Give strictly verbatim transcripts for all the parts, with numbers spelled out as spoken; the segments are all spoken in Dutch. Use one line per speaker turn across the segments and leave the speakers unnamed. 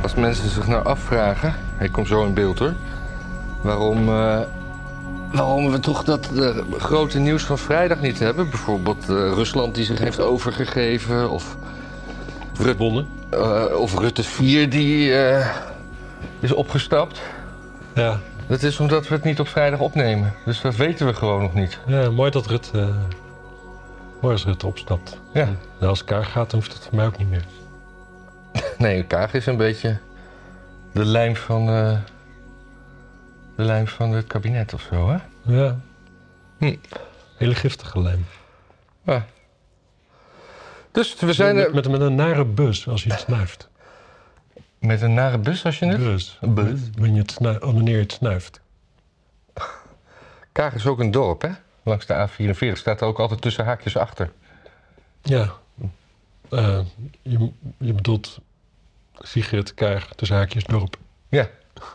Als mensen zich nou afvragen, ik kom zo in beeld hoor, waarom, uh, waarom we toch dat uh, grote nieuws van vrijdag niet hebben. Bijvoorbeeld uh, Rusland die zich heeft overgegeven of, Rut, uh, of Rutte vier die uh, is opgestapt.
Ja.
Dat is omdat we het niet op vrijdag opnemen, dus dat weten we gewoon nog niet.
Ja, mooi dat Rutte, uh, mooi als Rutte opstapt.
Ja.
En als Kaag gaat, dan hoeft het voor mij ook niet meer.
Nee, Kaag is een beetje de lijm van, uh, de lijm van het kabinet of zo, hè?
Ja.
Hm.
Hele giftige lijm.
Ja. Dus we zijn
met,
er...
met, met een nare bus als je het snuift.
Met een nare bus als je het...
Bus.
Een bus.
Wanneer je het, snuift, wanneer je het snuift.
Kaag is ook een dorp, hè? Langs de A vierenveertig staat er ook altijd tussen haakjes achter.
Ja. Uh, je, je bedoelt Sigrid Kaag tussen haakjes dorp.
Ja.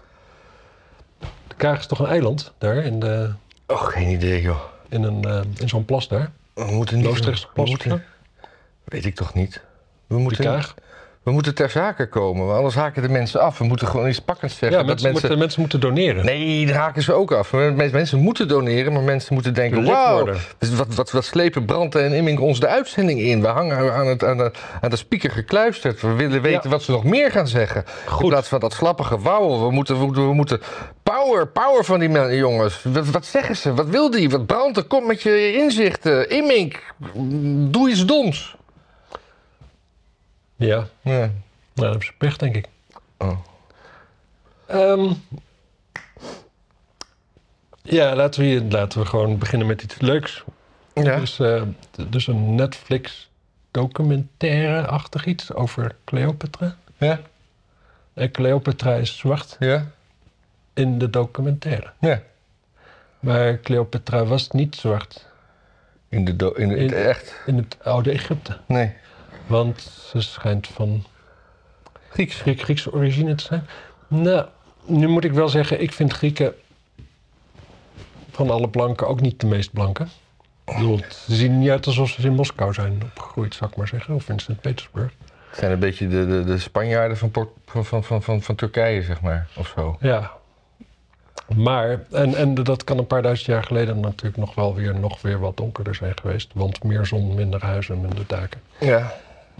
De Kaag is toch een eiland daar in de...
Oh, geen idee, joh.
In, een, uh, in zo'n plas daar.
We moeten niet...
Loosdrechtse plas of zo?
Weet ik toch niet. We moeten,
Kaag?
We moeten ter zake komen, want anders haken de mensen af. We moeten gewoon iets pakkends zeggen.
Ja,
dat
mensen, mensen... Moeten, mensen moeten doneren.
Nee, daar haken ze ook af. Mensen moeten doneren, maar mensen moeten denken... Wauw, wat, wat, wat slepen Brandt en Immink ons de uitzending in. We hangen aan, het, aan, de, aan de speaker gekluisterd. We willen weten ja. wat ze nog meer gaan zeggen. Goed. In plaats van dat slappige wauw. We moeten, we, moeten, we moeten power, power van die mensen, jongens. Wat, wat zeggen ze? Wat wil die? Wat Brandt, kom met je inzichten. Immink, doe iets doms.
Ja.
Ja.
Nou, dat hebben ze pech, denk ik.
Oh.
Um, ja, laten we, hier, laten we gewoon beginnen met iets leuks.
Ja.
Dus, uh, dus een Netflix documentaire-achtig iets over Cleopatra.
Ja.
En Cleopatra is zwart
Ja.
in de documentaire.
Ja.
Maar Cleopatra was niet zwart.
In de do- in het
in,
echt?
In het oude Egypte.
Nee.
Want ze schijnt van
Grieks.
Griek, Griekse origine te zijn. Nou, nu moet ik wel zeggen, ik vind Grieken van alle blanken ook niet de meest blanke. Ik bedoel, ze zien niet uit alsof ze in Moskou zijn opgegroeid, zou ik maar zeggen. Of in Sint-Petersburg.
Het zijn een beetje de, de, de Spanjaarden van, Port, van, van, van, van, van Turkije, zeg maar, of zo.
Ja. Maar, en, en dat kan een paar duizend jaar geleden natuurlijk nog wel weer, nog weer wat donkerder zijn geweest. Want meer zon, minder huizen, minder daken.
Ja.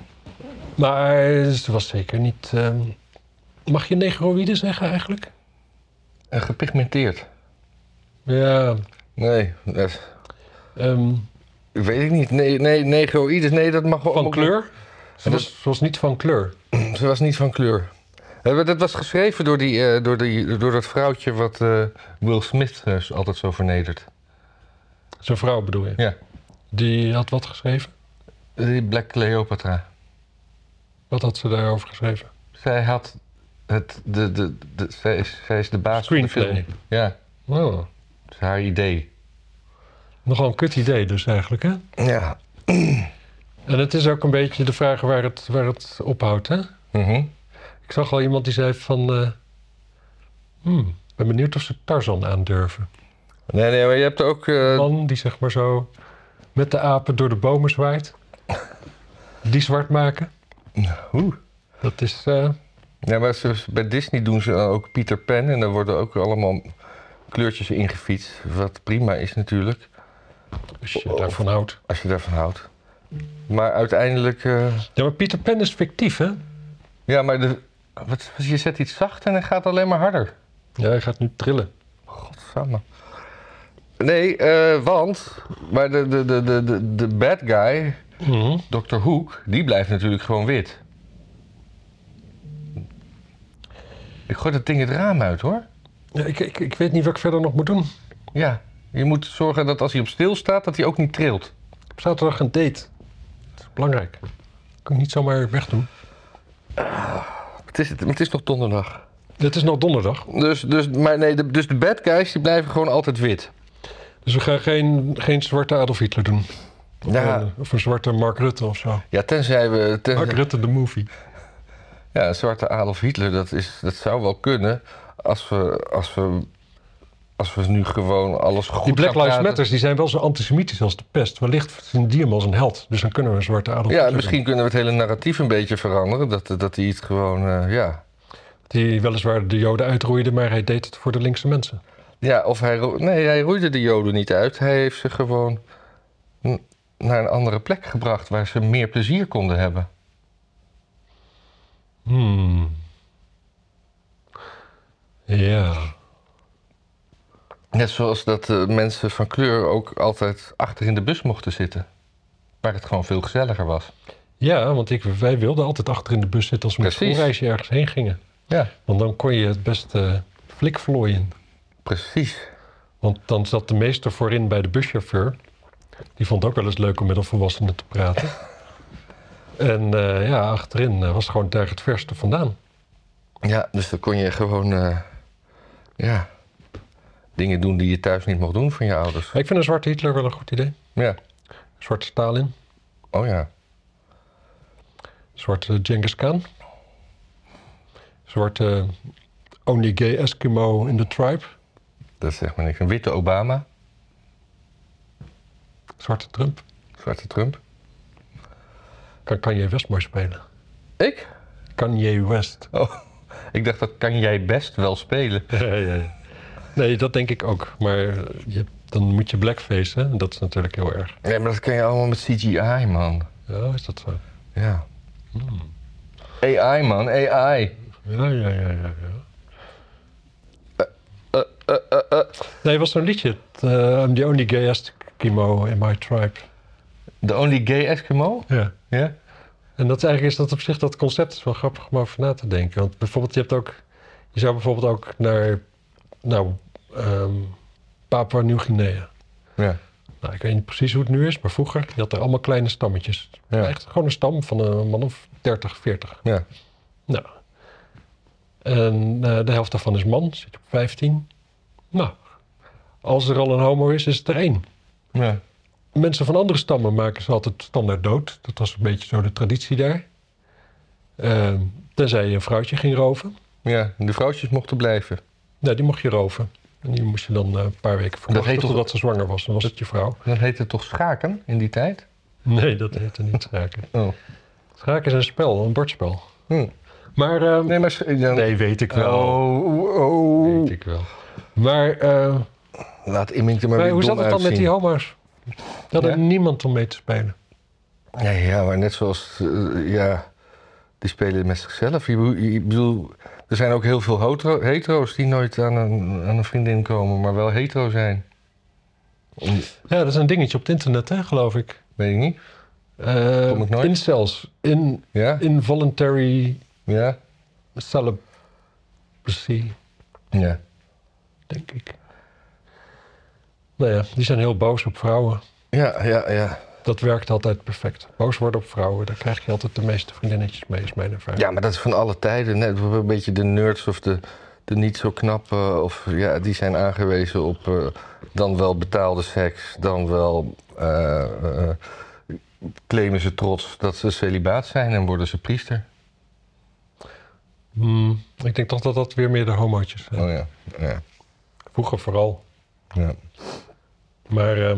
Maar ze was zeker niet... Um, mag je negroïde zeggen eigenlijk?
En gepigmenteerd.
Ja.
Nee, dat...
Um,
weet ik niet. Nee, nee, negroïdes, nee, dat mag wel...
Van kleur? Ze was, ze was niet van kleur.
Ze was niet van kleur. Dat was geschreven door, die, uh, door, die, door dat vrouwtje wat uh, Will Smith uh, altijd zo vernedert.
Zijn vrouw bedoel je?
Ja.
Die had wat geschreven?
Die Black Cleopatra.
Wat had ze daarover geschreven?
Zij had het... De, de, de, zij, is, zij is de baas
Screenplay.
van de film. Ja.
Oh.
Dat is haar idee.
Nogal een kut idee dus eigenlijk, hè?
Ja.
En het is ook een beetje de vraag waar het, waar het ophoudt, hè?
Mm-hmm.
Ik zag al iemand die zei van... Uh, hmm, ben benieuwd of ze Tarzan aandurven.
Nee, nee, maar je hebt ook... Uh...
Een man die zeg maar zo met de apen door de bomen zwaait. Die zwart maken.
Oeh.
Dat is... Uh...
Ja, maar ze, bij Disney doen ze ook Peter Pan en daar worden ook allemaal kleurtjes ingefietst. Wat prima is natuurlijk.
Als je daarvan houdt.
Als je daarvan houdt. Maar uiteindelijk... Uh...
Ja, maar Peter Pan is fictief, hè?
Ja, maar de, wat, je zet iets zacht en het gaat alleen maar harder.
Ja, hij gaat nu trillen.
Godsamme. Nee, uh, want... Maar de, de, de, de, de bad guy,
mm-hmm.
dokter Hoek, die blijft natuurlijk gewoon wit. Ik gooi dat ding het raam uit, hoor.
Ja, ik, ik, ik weet niet wat ik verder nog moet doen.
Ja, je moet zorgen dat als hij op stil staat, dat hij ook niet trilt.
Op zaterdag een date. Dat is belangrijk. Dat kan ik niet zomaar wegdoen.
Uh, het, is, het is nog donderdag.
Het is nog donderdag.
Dus, dus, maar nee, de, dus de bad guys die blijven gewoon altijd wit.
Dus we gaan geen, geen zwarte Adolf Hitler doen? Of,
ja.
een, of een zwarte Mark Rutte of zo?
Ja, tenzij we... Ten...
Mark Rutte, de movie.
Ja, een zwarte Adolf Hitler, dat, is, dat zou wel kunnen als we, als we, als we nu gewoon alles goed
Die Black
gaan
Lives
praten.
Matters die zijn wel zo antisemitisch als de pest. Wellicht zien die hem als een held. Dus dan kunnen we een zwarte Adolf
Ja,
Hitler
misschien
doen.
kunnen we het hele narratief een beetje veranderen. Dat, dat hij het gewoon, uh, ja...
Die weliswaar de Joden uitroeide, maar hij deed het voor de linkse mensen.
Ja, of hij... ro- Nee, hij roeide de Joden niet uit. Hij heeft ze gewoon n- naar een andere plek gebracht waar ze meer plezier konden hebben.
Hmm. Ja.
Net zoals dat uh, mensen van kleur ook altijd achter in de bus mochten zitten. Waar het gewoon veel gezelliger was.
Ja, want ik, wij wilden altijd achter in de bus zitten als we met
Precies.
schoolreisje ergens heen gingen.
Ja,
Want dan kon je het best uh, flikvlooien.
precies.
Want dan zat de meester voorin bij de buschauffeur. Die vond het ook wel eens leuk om met een volwassene te praten. En uh, ja, achterin uh, was gewoon daar het verste vandaan.
Ja, dus dan kon je gewoon... Uh, ja, dingen doen die je thuis niet mocht doen van je ouders.
Maar ik vind een zwarte Hitler wel een goed idee.
Ja.
Zwarte Stalin.
Oh ja.
Zwarte Genghis Khan. Zwarte only gay Eskimo in the tribe.
Dat is zeg maar niks. Een witte Obama.
Zwarte Trump.
Zwarte Trump.
Kan Kanye West mooi spelen.
Ik?
Kanye West.
Oh, ik dacht dat kan jij best wel spelen.
Ja, ja, ja. Nee, dat denk ik ook. Maar je, dan moet je blackface, hè? Dat is natuurlijk heel erg.
Nee, maar dat kan je allemaal met C G I, man.
Ja, is dat zo?
Ja.
Hmm.
A I, man. A I.
Ja, ja, ja, ja. ja.
Uh, uh, uh, uh.
Nee, er was zo'n liedje. Uh, I'm the only gay Eskimo in my tribe.
The only gay Eskimo?
Ja.
Ja?
En dat is eigenlijk is dat op zich, dat concept is wel grappig om over na te denken. Want bijvoorbeeld, je hebt ook... Je zou bijvoorbeeld ook naar... Nou, um, Papua Nieuw-Guinea.
Ja.
Nou, ik weet niet precies hoe het nu is, maar vroeger... Je had er allemaal kleine stammetjes.
Ja.
Echt gewoon een stam van een man of dertig, veertig.
Ja.
Nou. En uh, de helft daarvan is man, zit je op vijftien. Nou, als er al een homo is, is het er één.
Ja.
Mensen van andere stammen maken ze altijd standaard dood. Dat was een beetje zo de traditie daar. Uh, tenzij je een vrouwtje ging roven.
Ja, de vrouwtjes mochten blijven.
Nou, die mocht je roven. En die moest je dan uh, een paar weken verwachten
toch...
totdat ze zwanger was. Dan was het je vrouw.
Dat heette toch schaken in die tijd?
Nee, dat heette niet schaken.
Oh.
Schaken is een spel, een bordspel.
Hm.
Maar... Uh,
nee, maar... Dan...
Nee, weet ik wel.
Oh, oh.
Weet ik wel. Maar... Uh,
Laat Immink er maar,
maar
weer
hoe
dom
zat het dan
uitzien.
met die homo's? Er had
Ja?
er niemand om mee te spelen.
Nee, ja, maar net zoals... Uh, ja, die spelen met zichzelf. Ik bedoel, ik bedoel, er zijn ook heel veel hetero, hetero's die nooit aan een, aan een vriendin komen, maar wel hetero zijn. Om,
Ja, dat is een dingetje op het internet, hè, geloof ik.
weet ik niet.
Uh,
Kom ik nooit?
Incels. In,
Ja?
involuntary
Ja?
celibacy,
Ja.
denk ik. Nou ja, die zijn heel boos op vrouwen.
Ja, ja, ja.
Dat werkt altijd perfect. Boos worden op vrouwen, daar krijg je altijd de meeste vriendinnetjes mee, is mijn ervaring.
Ja, maar dat is van alle tijden. Net een beetje de nerds of de, de niet zo knappe. Of, ja, die zijn aangewezen op uh, dan wel betaalde seks, dan wel uh, uh, claimen ze trots dat ze celibaat zijn en worden ze priester.
Hmm, ik denk toch dat dat weer meer de homootjes zijn.
Oh ja, ja.
Vroeger vooral.
ja.
Maar uh,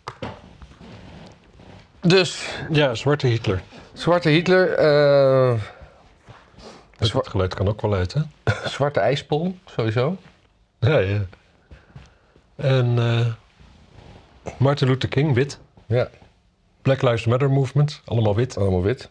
Dus,
ja, Zwarte Hitler.
Zwarte Hitler, uh,
Dus
zwa-
het geluid kan ook wel uit, hè?
Zwarte IJspol, sowieso.
Ja, ja. En uh, Martin Luther King, wit.
Ja,
Black Lives Matter movement, allemaal wit.
allemaal wit.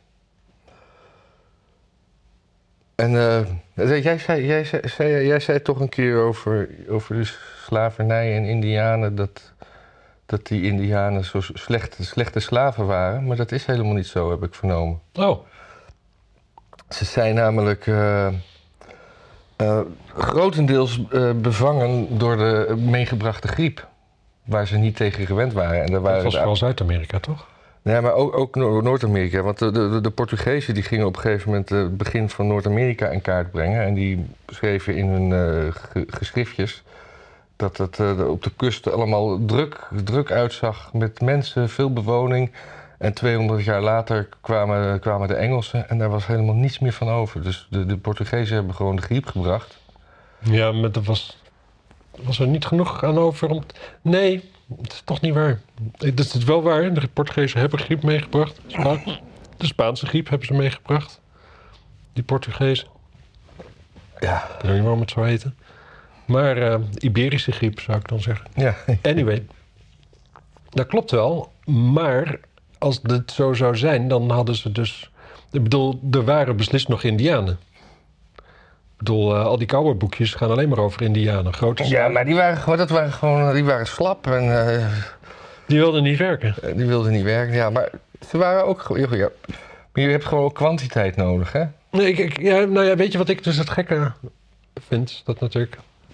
En uh, jij, zei, jij, zei, zei, jij zei toch een keer over, over de slavernij en Indianen... dat, dat die Indianen zo slechte, slechte slaven waren. Maar dat is helemaal niet zo, heb ik vernomen.
Oh,
Ze zijn namelijk uh, uh, grotendeels uh, bevangen door de meegebrachte griep. Waar ze niet tegen gewend waren. En daar waren
dat was
de-
vooral Zuid-Amerika, toch?
Nee, maar ook, ook Noor- Noord-Amerika. Want de, de, de Portugezen die gingen op een gegeven moment het begin van Noord-Amerika in kaart brengen. En die schreven in hun uh, ge- geschriftjes dat het uh, op de kust allemaal druk, druk uitzag met mensen, veel bewoning. En tweehonderd jaar later kwamen, kwamen de Engelsen en daar was helemaal niets meer van over. Dus de, de Portugezen hebben gewoon de griep gebracht.
Ja, maar dat was, was er niet genoeg aan over om... t- Nee, het is toch niet waar. Dat is het wel waar. De Portugezen hebben griep meegebracht. Spa- De Spaanse griep hebben ze meegebracht. Die Portugezen. Ja. Ik weet niet waarom het zo heette. Maar uh, Iberische griep, zou ik dan zeggen.
Ja.
Anyway. Dat klopt wel. Maar als dit zo zou zijn, dan hadden ze dus... Ik bedoel, er waren beslist nog Indianen. Ik bedoel, uh, al die cowboyboekjes gaan alleen maar over Indianen. Grote
ja, maar die waren gewoon, dat waren gewoon, die waren slap en... Uh,
die wilden niet werken.
Die wilden niet werken, ja. Maar ze waren ook... Ja, maar je hebt gewoon kwantiteit nodig, hè?
Nee, ik, ik, ja, nou ja, weet je wat ik dus het gekke vind? Dat natuurlijk...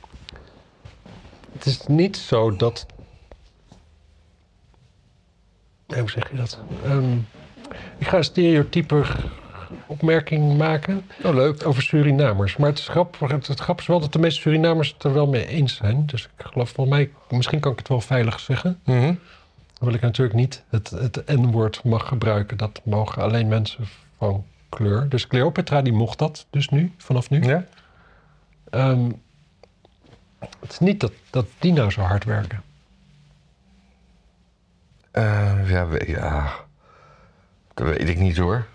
Het is niet zo dat... Nee, hoe zeg je dat? Um, ik ga een stereotype opmerking maken.
Oh, leuk.
Over Surinamers. Maar het is grappig, het, het grappig is wel dat de meeste Surinamers het er wel mee eens zijn. Dus ik geloof van mij... Misschien kan ik het wel veilig zeggen.
Mm-hmm.
Dan wil ik natuurlijk niet het, het N-woord mag gebruiken. Dat mogen alleen mensen van kleur. Dus Cleopatra die mocht dat dus nu, vanaf nu.
Ja.
Um, het is niet dat, dat die nou zo hard werken.
Uh, ja, we, ja, dat weet ik niet hoor.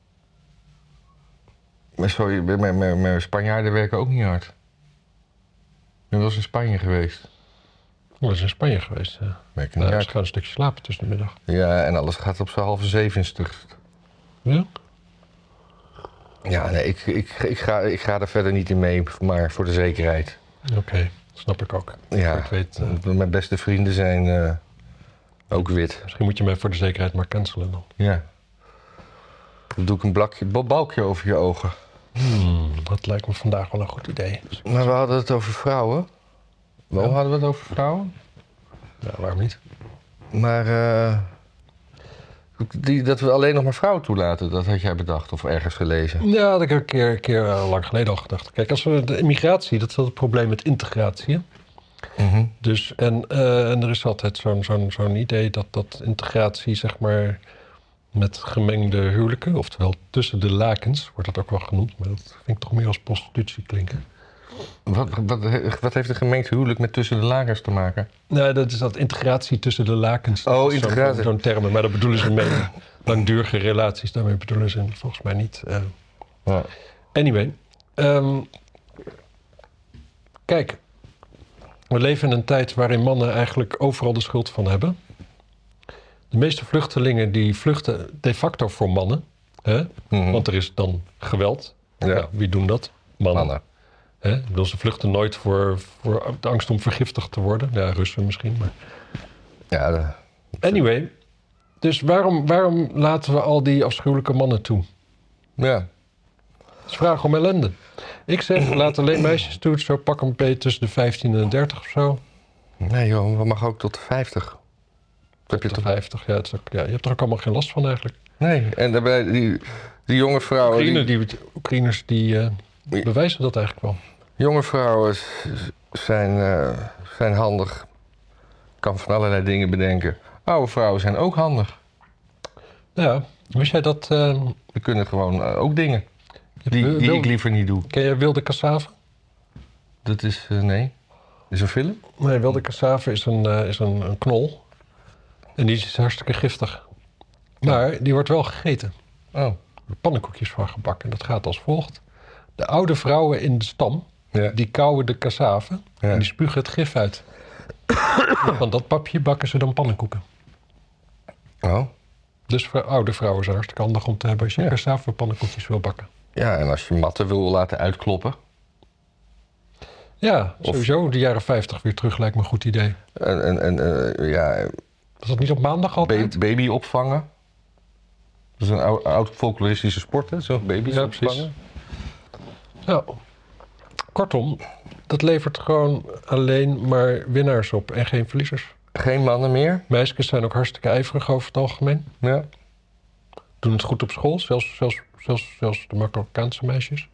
Maar sorry, mijn, mijn, mijn Spanjaarden werken ook niet hard. Ik ben wel eens in Spanje geweest.
Ik was in Spanje geweest. Ja.
Merk
Nou, dus gaan een stukje slapen tussen de middag.
Ja, en alles gaat op z'n halve zeven stuk.
Ja?
Ja, nee, ik, ik, ik, ga, ik ga er verder niet in mee, maar voor de zekerheid.
Oké, okay, snap ik ook.
Ja,
ik weet, uh,
mijn beste vrienden zijn uh, ook wit.
Misschien moet je mij voor de zekerheid maar cancelen dan.
Ja. Dan doe ik een blakje, balkje over je ogen.
Hmm, dat lijkt me vandaag wel een goed idee.
Maar we hadden het over vrouwen. Waarom ja. hadden we het over vrouwen?
Ja, waarom niet?
Maar uh, die, dat we alleen nog maar vrouwen toelaten, dat had jij bedacht of ergens gelezen?
Ja, dat had ik een keer, een keer uh, lang geleden al gedacht. Kijk, als we de immigratie, dat is wel het probleem met integratie. Hè?
Mm-hmm.
Dus, en, uh, en er is altijd zo'n, zo'n, zo'n idee dat, dat integratie, zeg maar, met gemengde huwelijken, oftewel tussen de lakens, wordt dat ook wel genoemd, maar dat vind ik toch meer als prostitutie klinken.
Wat, wat, wat heeft een gemengd huwelijk met tussen de lakens te maken?
Nou, dat is dat integratie tussen de lakens.
Oh, integratie.
Zo'n, zo'n termen, maar dat bedoelen ze mee. Langdurige relaties, daarmee bedoelen ze volgens mij niet. Uh.
Ja.
Anyway. Um, kijk, we leven in een tijd waarin mannen eigenlijk overal de schuld van hebben. De meeste vluchtelingen die vluchten de facto voor mannen. Hè? Mm-hmm. Want er is dan geweld.
Ja.
Nou, wie doen dat? Mannen.
Mannen.
Hè? Ik bedoel, ze vluchten nooit voor, voor de angst om vergiftigd te worden. Ja, Russen misschien, maar...
Ja, de...
Anyway, dus waarom, waarom laten we al die afschuwelijke mannen toe?
Ja.
Het is vraag om ellende. Ik zeg, laat alleen meisjes toe. Zo pak een beetje tussen de vijftien en de dertig of zo.
Nee joh, we mag ook tot de vijftig.
Heb je tot de vijftig, ja, het is ook, ja. Je hebt er ook allemaal geen last van eigenlijk.
Nee, en daarbij die, die jonge vrouwen...
Oekraïne, die, die, Oekraïners die uh, bewijzen dat eigenlijk wel.
Jonge vrouwen zijn, uh, zijn handig. Kan van allerlei dingen bedenken. Oude vrouwen zijn ook handig.
Ja, wist jij dat... Uh,
We kunnen gewoon uh, ook dingen die, wil, die ik liever niet doe.
Ken je Wilde Cassave?
Dat is... Uh, nee. Is een film?
Nee, Wilde Cassave is een, uh, is een, een knol. En die is hartstikke giftig. Maar ja. Die wordt wel gegeten.
Oh.
Er pannenkoekjes van gebakken. Dat gaat als volgt. De oude vrouwen in de stam, ja. Die kauwen de cassave ja. En die spugen het gif uit. Van dat papje bakken ze dan pannenkoeken.
Oh.
Dus voor oude vrouwen is het hartstikke handig om te hebben als je ja. cassave pannenkoekjes wil bakken.
Ja, en als je matten wil laten uitkloppen.
Ja, of... sowieso de jaren vijftig weer terug lijkt me een goed idee.
En, en, en uh, ja...
Was dat niet op maandag altijd?
Ba- baby opvangen. Dat is een oud, oud folkloristische sport, hè? Zo, baby's ja, opvangen.
Ja. Kortom, dat levert gewoon alleen maar winnaars op en geen verliezers.
Geen mannen meer?
Meisjes zijn ook hartstikke ijverig over het algemeen.
Ja.
Doen het goed op school, zelfs, zelfs, zelfs, zelfs de Marokkaanse meisjes.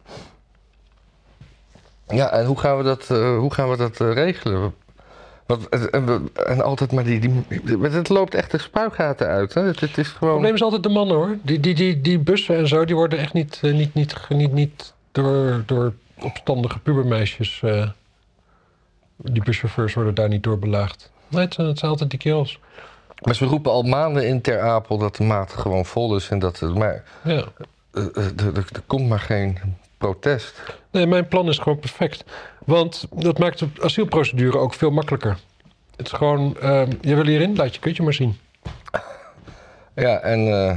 Ja, en hoe gaan we dat, uh, hoe gaan we dat uh, regelen? Want, en, en altijd maar die, die... Het loopt echt de spuigaten uit, hè? Het, het is gewoon...
Het probleem is altijd de mannen, hoor. Die, die, die, die bussen en zo, die worden echt niet, uh, niet, niet, niet, niet door, door opstandige pubermeisjes... Uh, die buschauffeurs worden daar niet door belaagd. Nee, het zijn, het zijn altijd die kerels.
Maar ze roepen al maanden in Ter Apel dat de maat gewoon vol is en dat... Maar
ja.
er, er, er komt maar geen protest.
Nee, mijn plan is gewoon perfect. Want dat maakt de asielprocedure ook veel makkelijker. Het is gewoon, uh, je wil hierin, laat je kutje maar zien.
Ja, en, uh,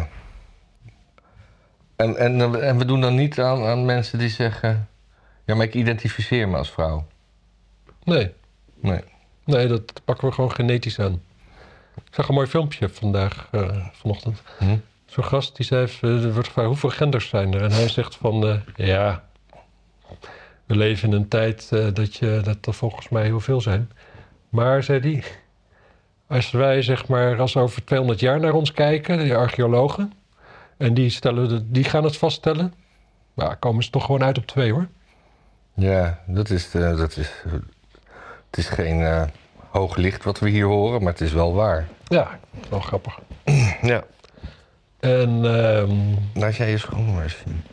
en, en, en we doen dan niet aan, aan mensen die zeggen... Ja, maar ik identificeer me als vrouw.
Nee.
Nee.
Nee, dat pakken we gewoon genetisch aan. Ik zag een mooi filmpje vandaag, uh, vanochtend.
Hm?
Zo'n gast die zei, uh, er wordt gevraagd, hoeveel genders zijn er? En hij zegt van, uh, ja, we leven in een tijd uh, dat, je, dat er volgens mij heel veel zijn. Maar, zei hij, als wij zeg maar, als over tweehonderd jaar naar ons kijken, die archeologen, en die, stellen de, die gaan het vaststellen, nou, komen ze toch gewoon uit op twee, hoor.
Ja, dat is, uh, dat is, uh, het is geen uh, hoog licht wat we hier horen, maar het is wel waar.
Ja, wel grappig.
Ja.
En, um,
laat jij je schoon maar eens zien.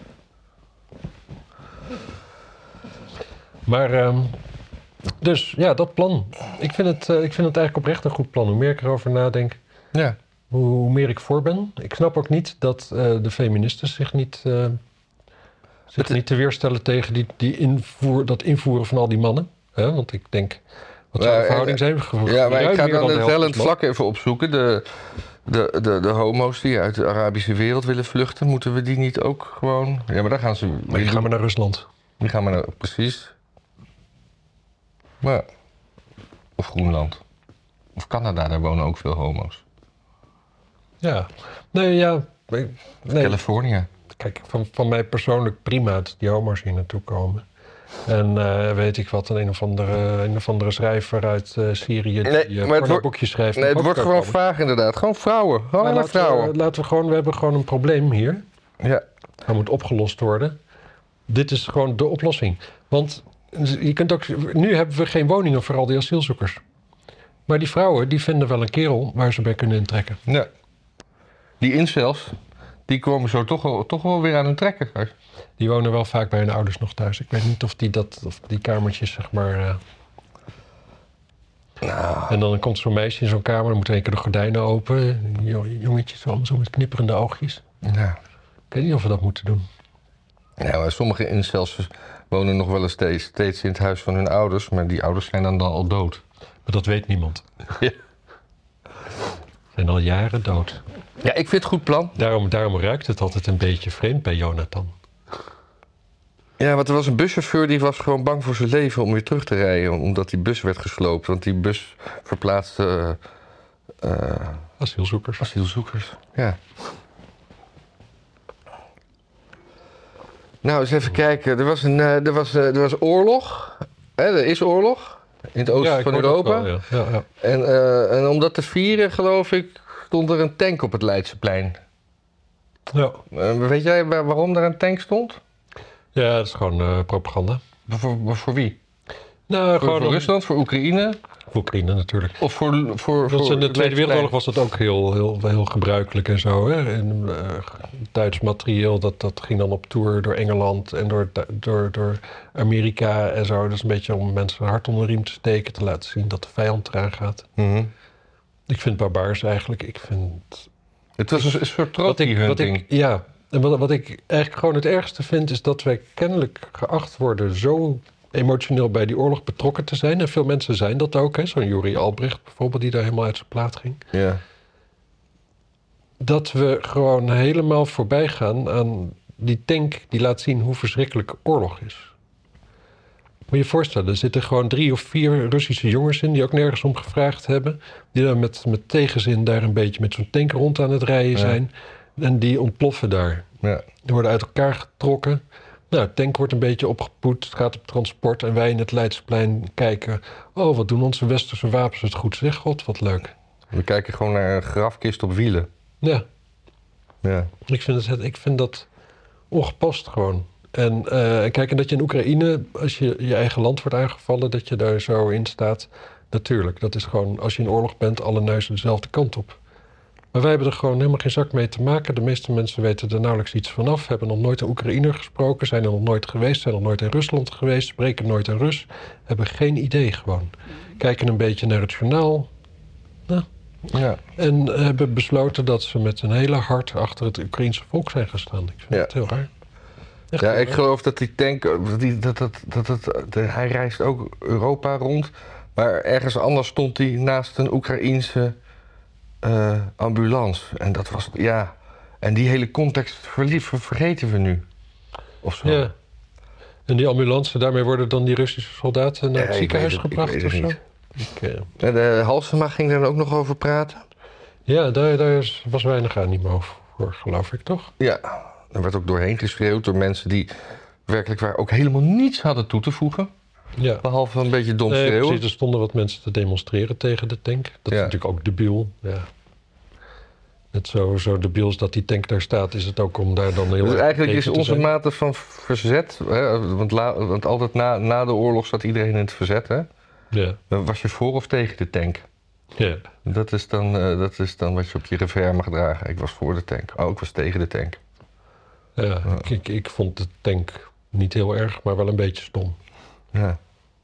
Maar, um, dus ja, dat plan. Ik vind, het, uh, ik vind het eigenlijk oprecht een goed plan. Hoe meer ik erover nadenk,
ja.
hoe, hoe meer ik voor ben. Ik snap ook niet dat uh, de feministen zich niet, uh, zich niet te weerstellen tegen die, die invoer, dat invoeren van al die mannen. Hè? Want ik denk, wat zou de
ja,
verhouding zijn?
Ja, maar ik ga dan het hellend vlak even opzoeken. De, de, de, de homo's die uit de Arabische wereld willen vluchten, moeten we die niet ook gewoon... Ja, maar dan gaan ze...
Maar die gaan maar naar Rusland.
Die gaan maar naar... Precies. Maar, of Groenland. Of Canada, daar wonen ook veel homo's.
Ja. Nee, ja... Nee.
Californië.
Kijk, van, van mij persoonlijk prima dat die homo's hier naartoe komen. En uh, weet ik wat, een, een, of andere, een of andere schrijver uit uh, Syrië die
nee,
uh, een boekje schrijft.
Nee, het wordt gewoon komen. Vaag inderdaad. Gewoon vrouwen. Gewoon
laten
vrouwen.
We, laten we gewoon, we hebben gewoon een probleem hier.
Ja.
Dat moet opgelost worden. Dit is gewoon de oplossing. Want je kunt ook, nu hebben we geen woningen voor al die asielzoekers. Maar die vrouwen, die vinden wel een kerel waar ze bij kunnen intrekken.
Ja. Die incels, die komen zo toch wel, toch wel weer aan hun trekken.
Die wonen wel vaak bij hun ouders nog thuis. Ik weet niet of die, dat, of die kamertjes, zeg maar... Uh...
Nou.
En dan komt zo'n meisje in zo'n kamer, dan moeten één keer de gordijnen open. Jongetjes zo met knipperende oogjes.
Ja.
Ik weet niet of we dat moeten doen.
Nou, sommige incels wonen nog wel eens steeds, steeds in het huis van hun ouders, maar die ouders zijn dan, dan al dood.
Maar dat weet niemand.
Ja.
Zijn al jaren dood.
Ja, ik vind het een goed plan.
Daarom, daarom ruikt het altijd een beetje vreemd bij Jonathan.
Ja, want er was een buschauffeur die was gewoon bang voor zijn leven om weer terug te rijden, omdat die bus werd gesloopt. Want die bus verplaatste... Uh, uh,
asielzoekers.
Asielzoekers, ja. Nou, eens even kijken. Er was, een, uh, er was, uh, er was oorlog. Hè, er is oorlog. In het oosten
ja,
van Europa.
Wel, ja. Ja, ja.
En, uh, en om dat te vieren, geloof ik, stond er een tank op het Leidseplein.
Ja.
Uh, weet jij waar, waarom daar een tank stond?
Ja, dat is gewoon uh, propaganda.
Voor, voor, voor wie?
Nou,
voor,
gewoon
voor
om...
Rusland, voor Oekraïne?
Voor Oekraïne natuurlijk.
Of voor... voor, voor
in de Tweede Wereldoorlog was dat ook heel, heel, heel gebruikelijk en zo. Hè? En, uh, Duits materieel, dat, dat ging dan op tour door Engeland en door, door, door Amerika en zo. Dat is een beetje om mensen een hart onder de riem te steken, te laten zien dat de vijand eraan gaat.
Mm-hmm.
Ik vind het barbaars eigenlijk. Ik vind...
Het was een, een soort trophy-hunting.
Ja, en wat, wat ik eigenlijk gewoon het ergste vind, is dat wij kennelijk geacht worden zo emotioneel bij die oorlog betrokken te zijn. En veel mensen zijn dat ook. Hè? Zo'n Yuri Albrecht bijvoorbeeld, die daar helemaal uit zijn plaat ging.
Ja.
Dat we gewoon helemaal voorbij gaan aan die tank die laat zien hoe verschrikkelijk oorlog is. Moet je je voorstellen, er zitten gewoon drie of vier Russische jongens in die ook nergens om gevraagd hebben. Die dan met, met tegenzin daar een beetje met zo'n tank rond aan het rijden ja. zijn. En die ontploffen daar.
Ja.
Die worden uit elkaar getrokken. Nou, de tank wordt een beetje opgepoet, het gaat op transport en wij in het Leidsplein kijken. Oh, wat doen onze westerse wapens het goed, zeg god, wat leuk.
We kijken gewoon naar een grafkist op wielen.
Ja.
Ja.
Ik vind, het, ik vind dat ongepast gewoon. En uh, kijk, en dat je in Oekraïne, als je je eigen land wordt aangevallen, dat je daar zo in staat. Natuurlijk, dat is gewoon, als je in oorlog bent, alle neuzen dezelfde kant op. Maar wij hebben er gewoon helemaal geen zak mee te maken. De meeste mensen weten er nauwelijks iets vanaf. Hebben nog nooit een Oekraïner gesproken. Zijn er nog nooit geweest. Zijn nog nooit in Rusland geweest. Spreken nooit een Rus. Hebben geen idee gewoon. Kijken een beetje naar het journaal. Nou.
Ja.
En hebben besloten dat ze met een hele hart achter het Oekraïense volk zijn gestaan. Ik vind
ja.
het heel raar. Echt,
Ja,
hoor.
ik geloof dat die tank, dat, die, dat, dat, dat, dat, de- hij reist ook Europa rond. Maar ergens anders stond hij naast een Oekraïense uh, ambulance. En dat was, ja... En die hele context verlief, vergeten we nu. Of zo.
Ja. En die ambulance, daarmee worden dan die Russische soldaten naar het
Ja,
ziekenhuis
ik weet het,
gebracht
ik
of
weet
zo?
het
Ik, uh...
En de Halsema ging er ook nog over praten.
Ja, daar, daar was weinig aan niet meer over, voor, geloof ik, toch?
Ja, er werd ook doorheen geschreeuwd door mensen die werkelijk waar ook helemaal niets hadden toe te voegen.
Ja.
Behalve een beetje dom
Nee,
schreeuwen.
precies, er stonden wat mensen te demonstreren tegen de tank. Dat
Ja.
is natuurlijk ook debiel. Ja. Net zo, zo debiel als dat die tank daar staat, is het ook om daar dan heel
Dus
erg
eigenlijk
tegen
is
te
onze
zijn.
mate van verzet... Hè, want, la, want altijd na, na de oorlog zat iedereen in het verzet. Hè?
Ja.
Dan was je voor of tegen de tank?
Ja.
Dat is, dan, uh, dat is dan wat je op je revers mag dragen. Ik was voor de tank. Oh, ik was tegen de tank.
Ja,
Ja.
Ik, ik, ik vond de tank niet heel erg, maar wel een beetje stom.
Ja.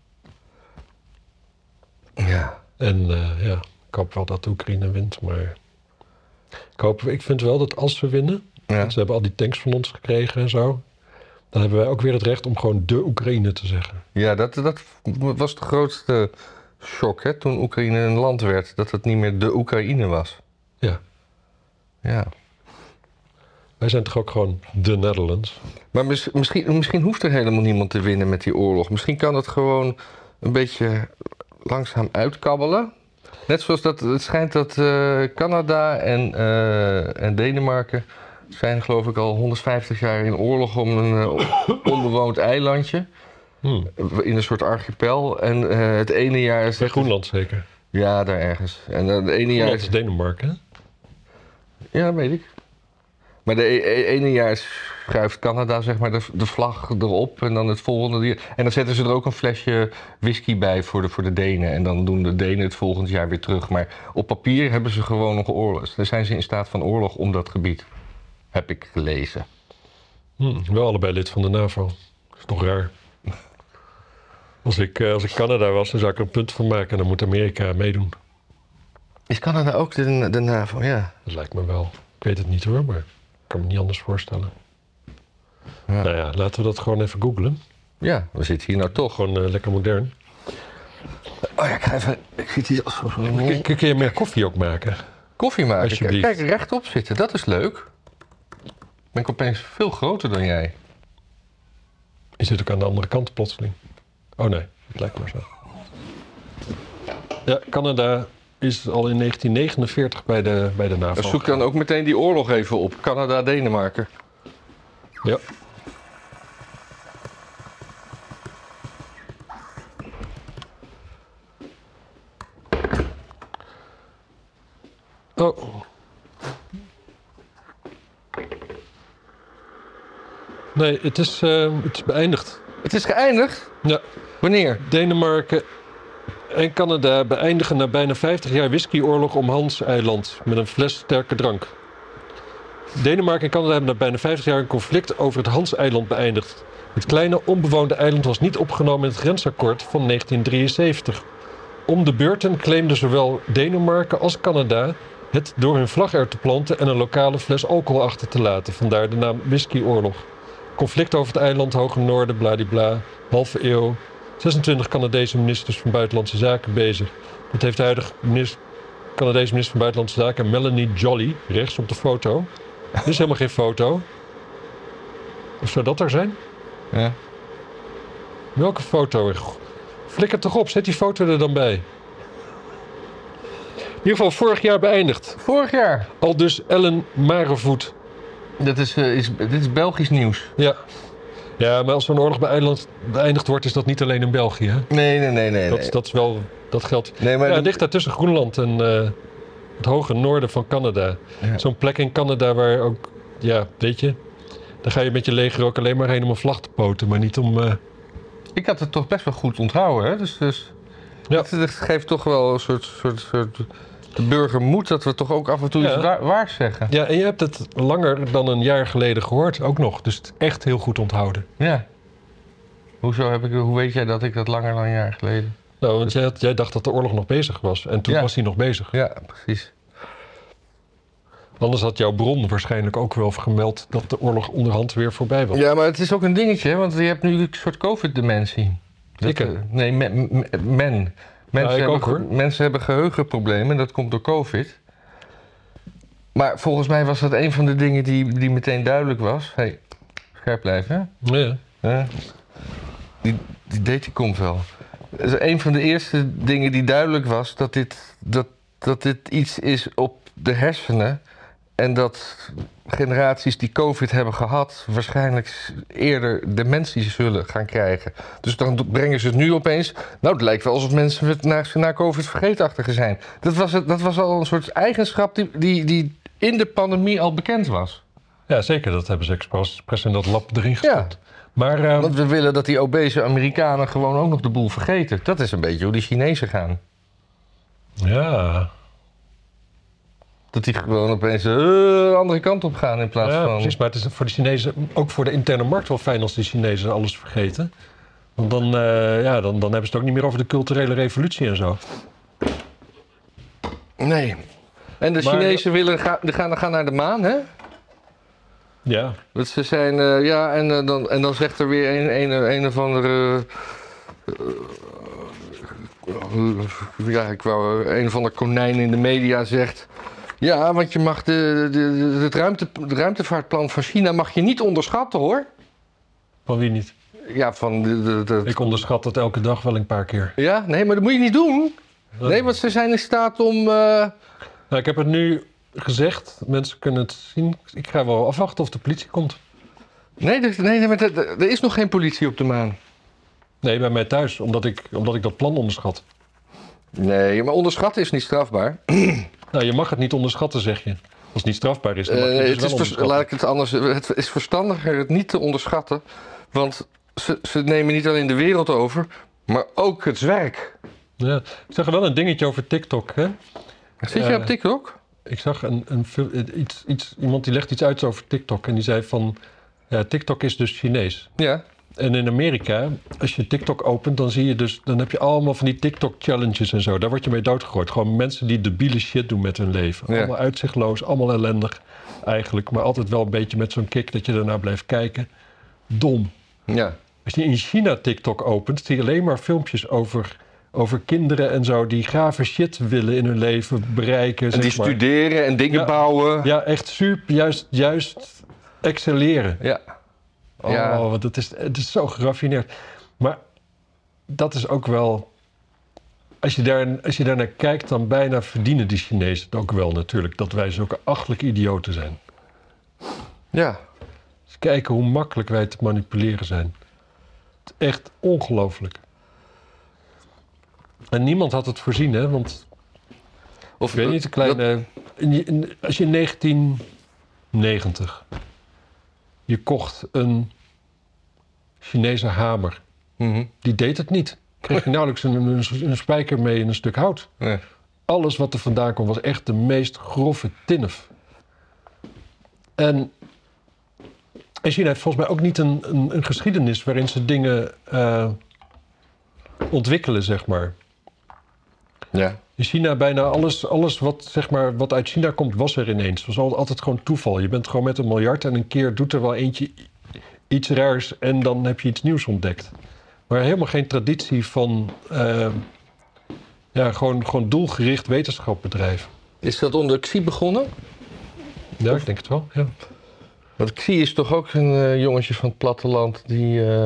Ja.
En uh, ja, ik hoop wel dat de Oekraïne wint, maar... Ik, hoop, ik vind wel dat als we winnen...
Ja.
Want ze hebben al die tanks van ons gekregen en zo... dan hebben wij ook weer het recht om gewoon de Oekraïne te zeggen.
Ja, dat, dat was de grootste shock, hè, toen Oekraïne een land werd. Dat het niet meer de Oekraïne was.
Ja.
Ja.
Wij zijn toch ook gewoon de Netherlands?
Maar mis, misschien, misschien hoeft er helemaal niemand te winnen met die oorlog. Misschien kan het gewoon een beetje langzaam uitkabbelen. Net zoals dat het schijnt dat uh, Canada en, uh, en Denemarken... zijn geloof ik al honderdvijftig jaar in oorlog om een uh, onbewoond eilandje.
Hmm.
In een soort archipel. En uh, het ene jaar...
Bij
zegt
Groenland zeker?
Ja, daar ergens. En uh, het ene jaar...
Groenland is Denemarken, hè?
Ja, dat weet ik. Maar de e- e- ene jaar schuift Canada zeg maar de, de vlag erop en dan het volgende jaar... En dan zetten ze er ook een flesje whisky bij voor de, voor de Denen. En dan doen de Denen het volgend jaar weer terug. Maar op papier hebben ze gewoon nog oorlog. Dan zijn ze in staat van oorlog om dat gebied. Heb ik gelezen.
Hmm, wel allebei lid van de NAVO. Dat is toch raar. Als ik, uh, als ik Canada was, dan zou ik er een punt van maken. En dan moet Amerika meedoen.
Is Canada ook de, de NAVO? Ja.
Dat lijkt me wel. Ik weet het niet hoor, maar ik kan me niet anders voorstellen.
Ja.
Nou ja, laten we dat gewoon even googlen.
Ja, we zitten hier nou toch.
Gewoon uh, lekker modern.
Oh ja, ik ga even... Ik zit hier als...
Kun, kun je meer koffie ook maken?
Koffie maken?
Alsjeblieft.
Kijk, rechtop zitten. Dat is leuk. Ben ik opeens veel groter dan jij.
Je zit ook aan de andere kant plotseling. Oh nee, het lijkt maar zo. Ja, Canada is al in negentien negenenveertig bij de, bij de NAVO.
Zoek dan ook meteen die oorlog even op. Canada-Denemarken.
Ja. Oh. Nee, het is, uh, het is beëindigd.
Het is geëindigd?
Ja.
Wanneer?
Denemarken en Canada beëindigen na bijna vijftig jaar whiskyoorlog om Hans-eiland met een fles sterke drank. Denemarken en Canada hebben na bijna vijftig jaar een conflict over het Hans-eiland beëindigd. Het kleine onbewoonde eiland was niet opgenomen in het grensakkoord van negentien drieënzeventig. Om de beurten claimden zowel Denemarken als Canada het door hun vlag er te planten en een lokale fles alcohol achter te laten. Vandaar de naam whiskyoorlog. Conflict over het eiland, Hoge Noorden, bladibla, halve eeuw. zesentwintig Canadese ministers van Buitenlandse Zaken bezig. Dat heeft de huidige minister, Canadese minister van Buitenlandse Zaken, Melanie Joly, rechts op de foto. Dit is helemaal geen foto. Of zou dat er zijn?
Ja.
Welke foto? Flikker toch op, zet die foto er dan bij. In ieder geval vorig jaar beëindigd.
Vorig jaar.
Al dus Ellen Marevoet.
Dat is, uh, is, dit is Belgisch nieuws.
Ja. Ja, maar als zo'n oorlog beëindigd, beëindigd wordt, is dat niet alleen in België. Hè?
Nee, nee, nee, nee.
Dat,
nee.
dat is wel, dat geldt.
Nee, maar
ja, het
dat-
ligt daar tussen Groenland en uh, het hoge noorden van Canada.
Ja.
Zo'n plek in Canada waar ook, ja, weet je, daar ga je met je leger ook alleen maar heen om een vlag te poten, maar niet om... Uh...
Ik had het toch best wel goed onthouden, hè? Dus, dus
Ja.
het, het geeft toch wel een soort, soort, soort... De burger moet dat we toch ook af en toe
Ja.
iets waar, waars zeggen.
Ja, en je hebt het langer dan een jaar geleden gehoord, ook nog. Dus het is echt heel goed onthouden.
Ja. Hoezo heb ik, hoe weet jij dat ik dat langer dan een jaar geleden...
Nou, want jij, had- jij dacht dat de oorlog nog bezig was. En toen
Ja.
was hij nog bezig.
Ja, precies.
Anders had jouw bron waarschijnlijk ook wel gemeld dat de oorlog onderhand weer voorbij was.
Ja, maar het is ook een dingetje, hè, want je hebt nu een soort covid-dementie.
Ik?
Dat, uh, nee, men. men. Mensen,
ja, ik
hebben,
ook, hoor.
mensen hebben geheugenproblemen, dat komt door covid. Maar volgens mij was dat een van de dingen die, die meteen duidelijk was. Hey, scherp blijven, hè?
Ja.
Ja. Die, die date die komt wel. Dat is een van de eerste dingen die duidelijk was dat dit, dat, dat dit iets is op de hersenen. En dat generaties die covid hebben gehad waarschijnlijk eerder dementie zullen gaan krijgen. Dus dan brengen ze het nu opeens. Nou, het lijkt wel alsof mensen het na, na covid vergeetachtiger zijn. Dat was, het, dat was al een soort eigenschap die, die, die in de pandemie al bekend was.
Ja, zeker. Dat hebben ze expres in dat lab erin gestopt.
Ja.
Maar, uh,
Want we willen dat die obese Amerikanen gewoon ook nog de boel vergeten. Dat is een beetje hoe die Chinezen gaan.
Ja.
Dat die gewoon opeens uh, de andere kant op gaan in plaats
ja,
van...
precies. Maar het is voor de Chinezen, ook voor de interne markt wel fijn als de Chinezen alles vergeten. Want dan, uh, ja, dan, dan hebben ze het ook niet meer over de culturele revolutie en zo.
Nee. En de
maar,
Chinezen willen ga, gaan, gaan naar de maan, hè?
Ja.
Dat ze zijn, uh, ja, en, uh, dan, en dan zegt er weer een, een, een of andere... Uh, ja, ik wou een of ander konijn in de media zegt... Ja, want je mag de, de, de, het ruimte, de ruimtevaartplan van China mag je niet onderschatten, hoor.
Van wie niet?
Ja, van de, de, de...
Ik onderschat het elke dag wel een paar keer.
Ja, nee, maar dat moet je niet doen. Nee, want ze zijn in staat om... Uh...
Nou, ik heb het nu gezegd. Mensen kunnen het zien. Ik ga wel afwachten of de politie komt.
Nee, er, nee, maar er, er is nog geen politie op de maan.
Nee, bij mij thuis. Omdat ik, omdat ik dat plan onderschat.
Nee, maar onderschatten is niet strafbaar.
Nou, je mag het niet onderschatten, zeg je. Als het niet strafbaar is, dan mag je
uh,
het dus
het
wel
is
onderschatten.
Laat ik het anders... Het is verstandiger het niet te onderschatten. Want ze, ze nemen niet alleen de wereld over, maar ook het zwerk.
Ja, ik zag er wel een dingetje over TikTok, hè?
Zit je uh, op TikTok?
Ik zag een, een, iets, iets, iemand die legt iets uit over TikTok. En die zei van, ja, TikTok is dus Chinees.
Ja.
En in Amerika, als je TikTok opent, dan zie je dus... dan heb je allemaal van die TikTok-challenges en zo. Daar word je mee doodgegooid. Gewoon mensen die debiele shit doen met hun leven. Ja. Allemaal uitzichtloos, allemaal ellendig eigenlijk. Maar altijd wel een beetje met zo'n kick dat je daarna blijft kijken. Dom.
Ja.
Als je in China TikTok opent, zie je alleen maar filmpjes over... over kinderen en zo die gave shit willen in hun leven bereiken.
En die
zeg maar.
studeren en dingen
ja,
bouwen.
Ja, echt super. Juist, juist excelleren.
Ja.
Oh,
ja.
want het is, het is zo geraffineerd. Maar dat is ook wel... Als je, daar, als je daar naar kijkt, dan bijna verdienen die Chinezen het ook wel natuurlijk. Dat wij zulke achtelijke idioten zijn.
Ja.
Dus kijken hoe makkelijk wij te manipuleren zijn. Het is echt ongelooflijk. En niemand had het voorzien, hè? Want... Of ik weet niet, een kleine... Dat... In, in, als je in negentien negentig... je kocht een Chinese hamer.
Mm-hmm.
Die deed het niet. Kreeg je nauwelijks een, een, een spijker mee en een stuk hout.
Nee.
Alles wat er vandaan kwam was echt de meest grove tinnef. En, en China heeft volgens mij ook niet een, een, een geschiedenis... waarin ze dingen uh, ontwikkelen, zeg maar.
Ja.
In China bijna alles, alles wat, zeg maar, wat uit China komt, was er ineens. Het was altijd gewoon toeval. Je bent gewoon met een miljard en een keer doet er wel eentje iets raars... en dan heb je iets nieuws ontdekt. Maar helemaal geen traditie van uh, ja, gewoon, gewoon doelgericht wetenschap bedrijven.
Is dat onder Xi begonnen?
Ja, of? Ik denk het wel, ja.
Want Xi is toch ook een uh, jongetje van het platteland die... Uh,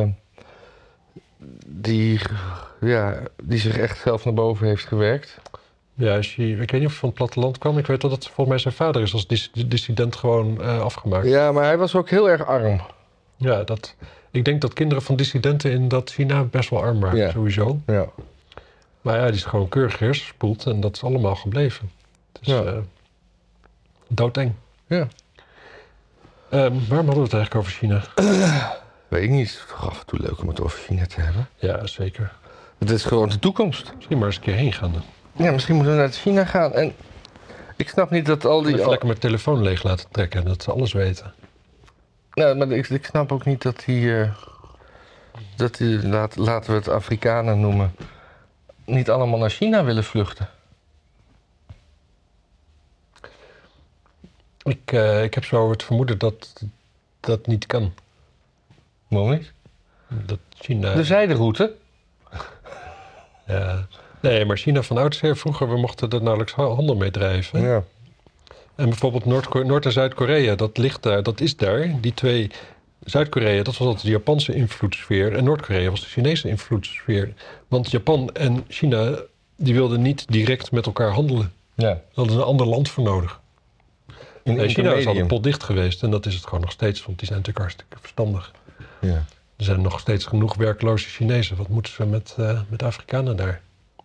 die, ja, die zich echt zelf naar boven heeft gewerkt.
Ja, Xi, ik weet niet of hij van het platteland kwam. Ik weet dat het volgens mij zijn vader is als dis- dissident gewoon uh, afgemaakt.
Ja, maar hij was ook heel erg arm.
Ja, dat, ik denk dat kinderen van dissidenten in dat China best wel arm waren,
ja.
sowieso.
Ja.
Maar ja, die is gewoon keurig hersenspoeld en dat is allemaal gebleven. Dus ja. uh, doodeng.
Ja.
Um, waarom hadden we het eigenlijk over China?
Uh, weet ik niet. Het is toch af en toe leuk om het over China te hebben.
Ja, zeker.
Het is gewoon de toekomst.
Misschien maar eens een keer heen gaan dan.
Ja, misschien moeten we naar China gaan. En ik snap niet dat al die...
Even lekker mijn telefoon leeg laten trekken, dat ze alles weten.
Nou, maar ik, ik snap ook niet dat die... Uh, dat die, laat, laten we het Afrikanen noemen... niet allemaal naar China willen vluchten.
Ik, uh, ik heb zo het vermoeden dat dat niet kan.
Waarom niet?
Dat China...
De zijderoute?
Ja. Nee, maar China van oudsher vroeger, we mochten er nauwelijks handel mee drijven.
Ja.
En bijvoorbeeld Noord- Noord- en Zuid-Korea, dat ligt daar, dat is daar. Die twee, Zuid-Korea, dat was altijd de Japanse invloedssfeer. En Noord-Korea was de Chinese invloedssfeer. Want Japan en China, die wilden niet direct met elkaar handelen.
Ja.
Daar hadden ze een ander land voor nodig.
In
Nee, China is altijd potdicht geweest. En dat is het gewoon nog steeds, want die zijn natuurlijk hartstikke verstandig.
Ja.
Er zijn nog steeds genoeg werkloze Chinezen. Wat moeten ze met, uh, met Afrikanen daar?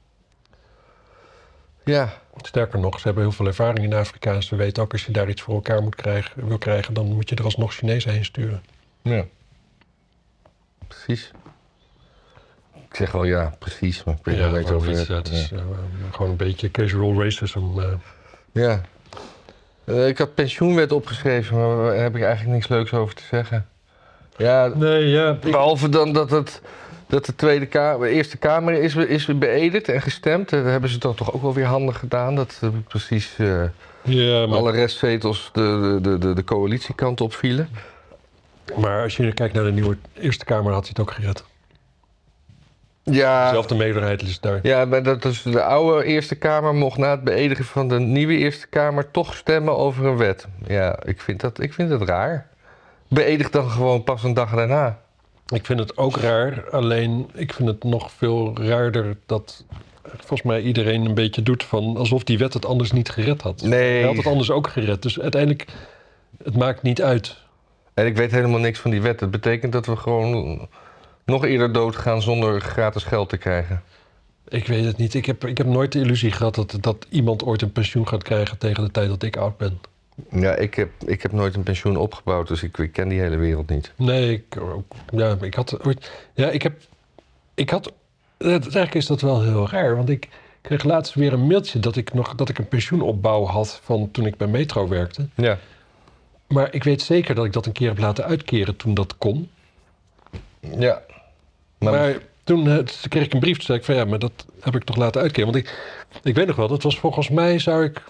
Ja.
Sterker nog, ze hebben heel veel ervaring in Afrika. En ze weten ook, als je daar iets voor elkaar moet krijgen, wil krijgen, dan moet je er alsnog Chinezen heen sturen.
Ja. Precies. Ik zeg wel ja, precies. Maar ik weet
ja,
wel niet over
iets,
het.
Het is
ja.
uh, gewoon een beetje casual racism. Uh.
Ja. Uh, ik had pensioenwet opgeschreven, maar daar heb ik eigenlijk niks leuks over te zeggen. Ja,
nee, ja. Ik...
Behalve dan dat, het, dat de Tweede Kamer, de Eerste Kamer is, is beëdigd en gestemd. Dat hebben ze dan toch ook wel weer handig gedaan. Dat uh, precies uh,
ja, maar...
alle restzetels de, de, de, de coalitiekant opvielen.
Maar als je kijkt naar de nieuwe Eerste Kamer, had hij het ook gered.
Ja,
dezelfde meerderheid is daar.
Ja, maar dat is de oude Eerste Kamer mocht na het beëdigen van de nieuwe Eerste Kamer toch stemmen over een wet. Ja, ik vind dat, ik vind dat raar. Beëdig dan gewoon pas een dag daarna.
Ik vind het ook raar, alleen ik vind het nog veel raarder dat volgens mij iedereen een beetje doet van alsof die wet het anders niet gered had.
Nee.
Hij had het anders ook gered, dus uiteindelijk, het maakt niet uit.
En ik weet helemaal niks van die wet. Dat betekent dat we gewoon nog eerder doodgaan zonder gratis geld te krijgen.
Ik weet het niet. Ik heb, ik heb nooit de illusie gehad dat, dat iemand ooit een pensioen gaat krijgen tegen de tijd dat ik oud ben.
Ja, ik heb, ik heb nooit een pensioen opgebouwd, dus ik, ik ken die hele wereld niet.
Nee, ik, ja, ik had ooit... Ja, ik heb... Ik had... Eigenlijk is dat wel heel raar, want ik kreeg laatst weer een mailtje dat ik nog dat ik een pensioenopbouw had van toen ik bij Metro werkte.
Ja.
Maar ik weet zeker dat ik dat een keer heb laten uitkeren toen dat kon.
Ja.
Maar, maar toen uh, kreeg ik een brief, toen zei ik van ja, maar dat heb ik toch laten uitkeren. Want ik, ik weet nog wel, dat was volgens mij zou ik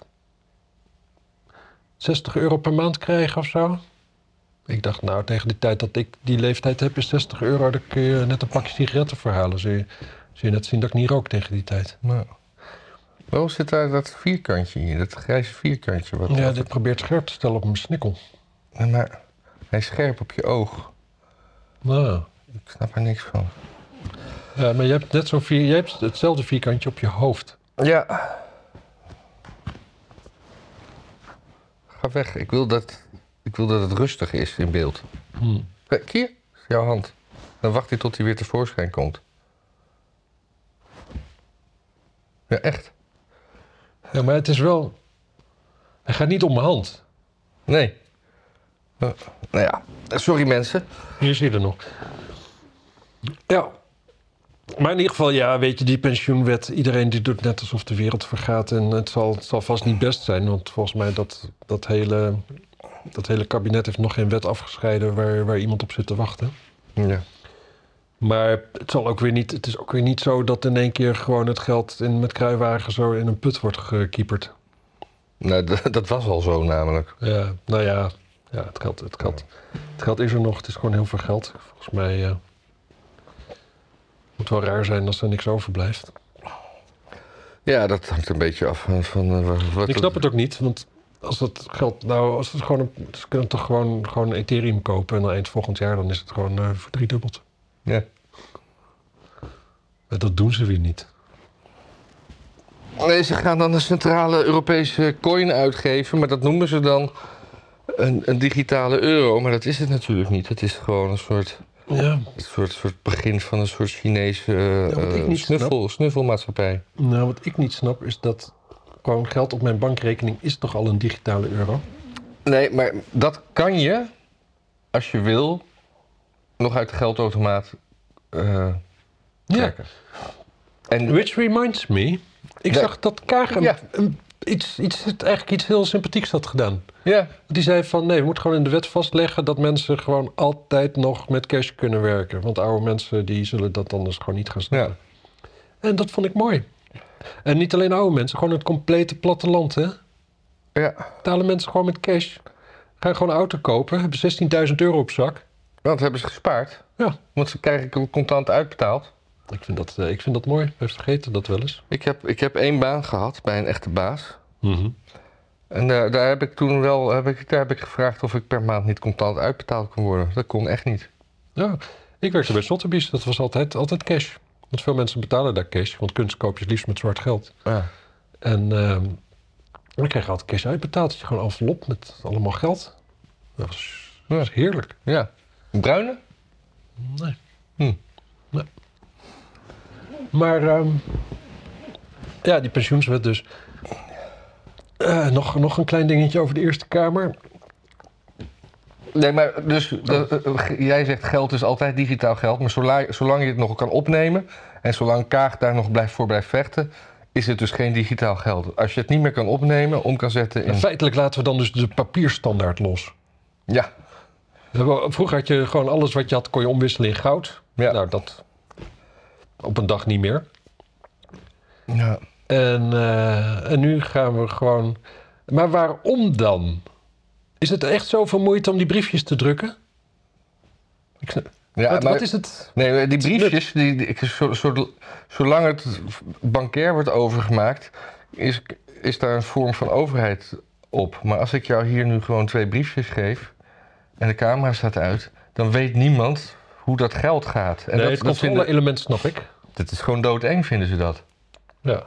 zestig euro per maand krijgen of zo. Ik dacht, nou, tegen die tijd dat ik die leeftijd heb, is zestig euro, dan kun je net een pakje sigaretten verhalen. Zul je, zul je net zien dat ik niet rook tegen die tijd.
Nou. Waarom zit daar dat vierkantje hier, dat grijze vierkantje? Wat
ja, dit probeert scherp te stellen op mijn snikkel.
Ja, maar hij is scherp op je oog.
Nou.
Ik snap er niks van.
Ja, maar je hebt net zo'n vier, je hebt hetzelfde vierkantje op je hoofd.
Ja. Ga weg. Ik wil dat, ik wil dat het rustig is in beeld.
Hmm.
Kijk, hier is jouw hand. Dan wacht hij tot hij weer tevoorschijn komt. Ja, echt.
Ja, maar het is wel... Hij gaat niet om mijn hand.
Nee. Uh, nou ja, sorry mensen.
Hier zie je er nog. Ja. Maar in ieder geval, ja, weet je, die pensioenwet... Iedereen die doet net alsof de wereld vergaat. En het zal, het zal vast niet best zijn. Want volgens mij dat, dat, hele, dat hele kabinet heeft nog geen wet afgescheiden... waar, waar iemand op zit te wachten.
Ja.
Maar het, zal ook weer niet, het is ook weer niet zo dat in één keer gewoon het geld in, met kruiwagen zo in een put wordt gekieperd.
Nou, d- dat was al zo namelijk.
Ja, nou ja, ja het, geld, het, geld, het geld is er nog. Het is gewoon heel veel geld. Volgens mij uh, moet wel raar zijn als er niks overblijft.
Ja, dat hangt een beetje af van... van uh, wat
Ik snap het ook niet, want als dat geld... Nou, als het gewoon... Een, ze kunnen toch gewoon, gewoon Ethereum kopen en dan eind volgend jaar dan is het gewoon uh, verdriedubbeld.
Ja.
Maar dat doen ze weer niet.
Nee, ze gaan dan een centrale Europese coin uitgeven, maar dat noemen ze dan een, een digitale euro. Maar dat is het natuurlijk niet. Het is gewoon een soort,
ja.
een soort, soort begin van een soort Chinese uh,
ja, wat ik niet
snuffel,
snap,
snuffelmaatschappij.
Nou, wat ik niet snap is dat gewoon geld op mijn bankrekening is toch al een digitale euro?
Nee, maar dat kan je, als je wil, nog uit de geldautomaat uh, trekken.
Ja.
En,
Which reminds me, ik
ja.
zag dat Kaag een,
Ja.
een, iets, iets, eigenlijk iets heel sympathieks had gedaan.
ja.
Die zei van nee, we moeten gewoon in de wet vastleggen dat mensen gewoon altijd nog met cash kunnen werken. Want oude mensen die zullen dat anders gewoon niet gaan snappen.
Ja.
En dat vond ik mooi. En niet alleen oude mensen, gewoon het complete platteland, hè?
Ja.
Betalen mensen gewoon met cash. Gaan gewoon een auto kopen, hebben zestienduizend euro op zak.
Want hebben ze gespaard.
Ja.
Want ze krijgen contant uitbetaald.
Ik vind dat, uh, ik vind dat mooi. We vergeten dat wel eens.
Ik heb, ik heb één baan gehad bij een echte baas.
Mm-hmm.
En uh, daar heb ik toen wel heb ik, daar heb ik gevraagd of ik per maand niet contant uitbetaald kon worden. Dat kon echt niet.
Ja, ik werkte bij Sotheby's. Dat was altijd, altijd cash. Want veel mensen betalen daar cash. Want kunst koop je het liefst met zwart geld.
Ja.
En uh, dan krijg je altijd cash uitbetaald. Dus je gewoon envelop met allemaal geld. Dat was, dat was heerlijk.
Ja. Bruine?
Nee.
Hm.
Nee. Maar um, ja, die pensioenswet dus. Uh, nog, nog een klein dingetje over de Eerste Kamer.
Nee, maar dus de, uh, jij zegt geld is altijd digitaal geld. Maar zolang, zolang je het nog kan opnemen en zolang Kaag daar nog blijft voor blijft vechten, is het dus geen digitaal geld. Als je het niet meer kan opnemen, om kan zetten in...
Feitelijk laten we dan dus de papierstandaard los.
Ja.
Vroeger had je gewoon alles wat je had, kon je omwisselen in goud.
Ja.
Nou, dat op een dag niet meer.
Ja.
En, uh, en nu gaan we gewoon... Maar waarom dan? Is het echt zoveel moeite om die briefjes te drukken? Ik,
ja,
wat,
maar,
wat is het?
Nee, die briefjes, die, die, zo, zo, zolang het bankair wordt overgemaakt, is, is daar een vorm van overheid op. Maar als ik jou hier nu gewoon twee briefjes geef en de camera staat uit, dan weet niemand hoe dat geld gaat. En
nee,
dat,
het controle-element snap ik.
Dat is gewoon doodeng, vinden ze dat.
Ja.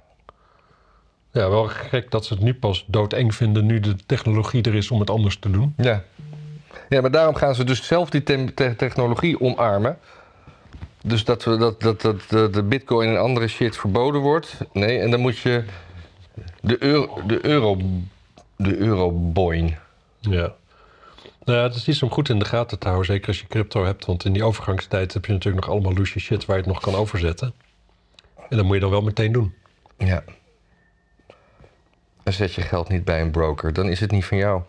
Ja, wel gek dat ze het nu pas doodeng vinden, nu de technologie er is om het anders te doen.
Ja. Ja, maar daarom gaan ze dus zelf die te- te- technologie omarmen. Dus dat, we, dat, dat, dat de, de bitcoin en andere shit verboden wordt. Nee, en dan moet je de euro, de euro, de euroboin.
Ja. Nou ja, het is iets om goed in de gaten te houden, zeker als je crypto hebt. Want in die overgangstijd heb je natuurlijk nog allemaal loesje shit waar je het nog kan overzetten. En dat moet je dan wel meteen doen.
Ja. En zet je geld niet bij een broker, dan is het niet van jou.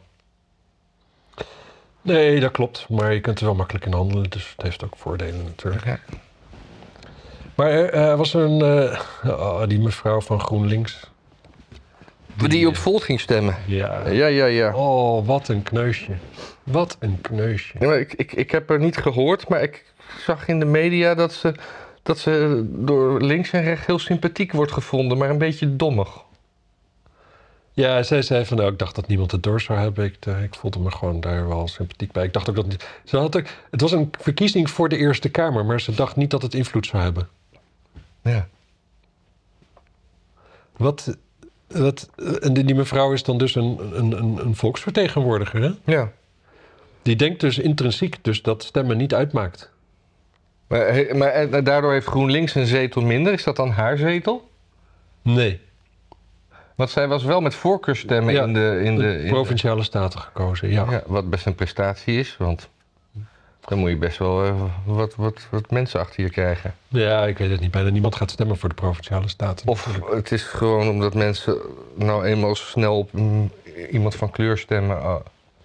Nee, dat klopt. Maar je kunt er wel makkelijk in handelen, dus het heeft ook voordelen natuurlijk.
Ja.
Maar er uh, was een... Uh, oh, die mevrouw van GroenLinks.
Die, die op Volt ging stemmen.
Ja.
Ja, ja, ja.
Oh, wat een kneusje. Wat een kneusje.
Ja, maar ik, ik, ik heb er niet gehoord, maar ik zag in de media dat ze, dat ze door links en rechts heel sympathiek wordt gevonden, maar een beetje dommig.
Ja, zij zei van, nou, ik dacht dat niemand het door zou hebben. Ik, uh, ik voelde me gewoon daar wel sympathiek bij. Ik dacht ook dat niet. Ze had ook, het was een verkiezing voor de Eerste Kamer, maar ze dacht niet dat het invloed zou hebben.
Ja.
Wat, wat, en die mevrouw is dan dus een, een, een, een volksvertegenwoordiger, hè?
Ja.
Die denkt dus intrinsiek dus dat stemmen niet uitmaakt.
Maar, maar daardoor heeft GroenLinks een zetel minder. Is dat dan haar zetel?
Nee.
Want zij was wel met voorkeurstemmen
Ja,
in de... In de in
Provinciale de, Staten gekozen, ja.
ja. Wat best een prestatie is, want dan moet je best wel uh, wat, wat, wat mensen achter je krijgen.
Ja, ik weet het niet. Bijna niemand gaat stemmen voor de Provinciale Staten.
Of natuurlijk. Het is gewoon omdat mensen nou eenmaal zo snel op mm, iemand van kleur stemmen. Uh,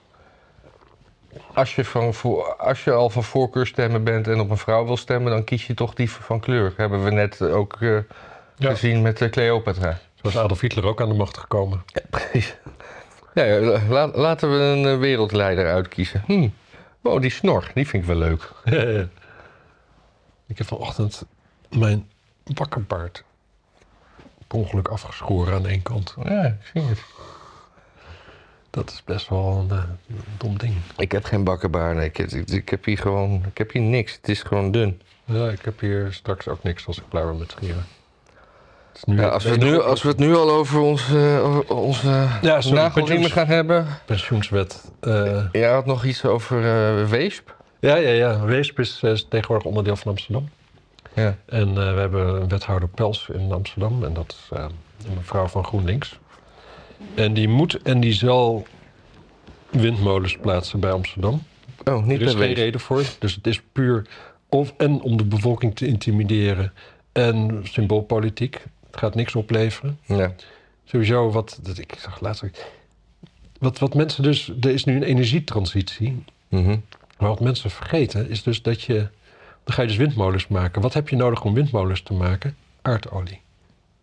als, je van, als je al van voorkeurstemmen bent en op een vrouw wil stemmen, dan kies je toch die van kleur. Hebben we net ook uh, ja. gezien met uh, Cleopatra.
Zo is Adolf Hitler ook aan de macht gekomen.
Ja, precies. Ja, ja, la, laten we een uh, wereldleider uitkiezen. Hm. Wow, die snor, die vind ik wel leuk.
Ik heb vanochtend mijn bakkenbaard per ongeluk afgeschoren aan één kant.
Ja, ik zie het.
Dat is best wel een, uh, een dom ding.
Ik heb geen bakkenbaard, nee. Ik, ik, ik heb hier gewoon, ik heb hier niks. Het is gewoon dun.
Ja, ik heb hier straks ook niks als ik klaar ben met scheren. Nu
ja, als, we nu, als we het nu al over onze, over onze ja, nagelriemen gaan hebben.
Pensioenswet. Uh,
Jij had nog iets over uh, Weesp?
Ja, ja, ja. Weesp is, is tegenwoordig onderdeel van Amsterdam.
Ja.
En uh, we hebben een wethouder Pels in Amsterdam. En dat is uh, een mevrouw van GroenLinks. En die moet en die zal windmolens plaatsen bij Amsterdam.
Oh, niet
er is geen
Weesp.
reden voor. Dus het is puur of, en om de bevolking te intimideren en symboolpolitiek. Het gaat niks opleveren.
Ja.
Sowieso wat, dat ik zag laatst. Wat, wat mensen dus, er is nu een energietransitie.
Mm-hmm.
Maar wat mensen vergeten is dus dat je, dan ga je dus windmolens maken. Wat heb je nodig om windmolens te maken? Aardolie.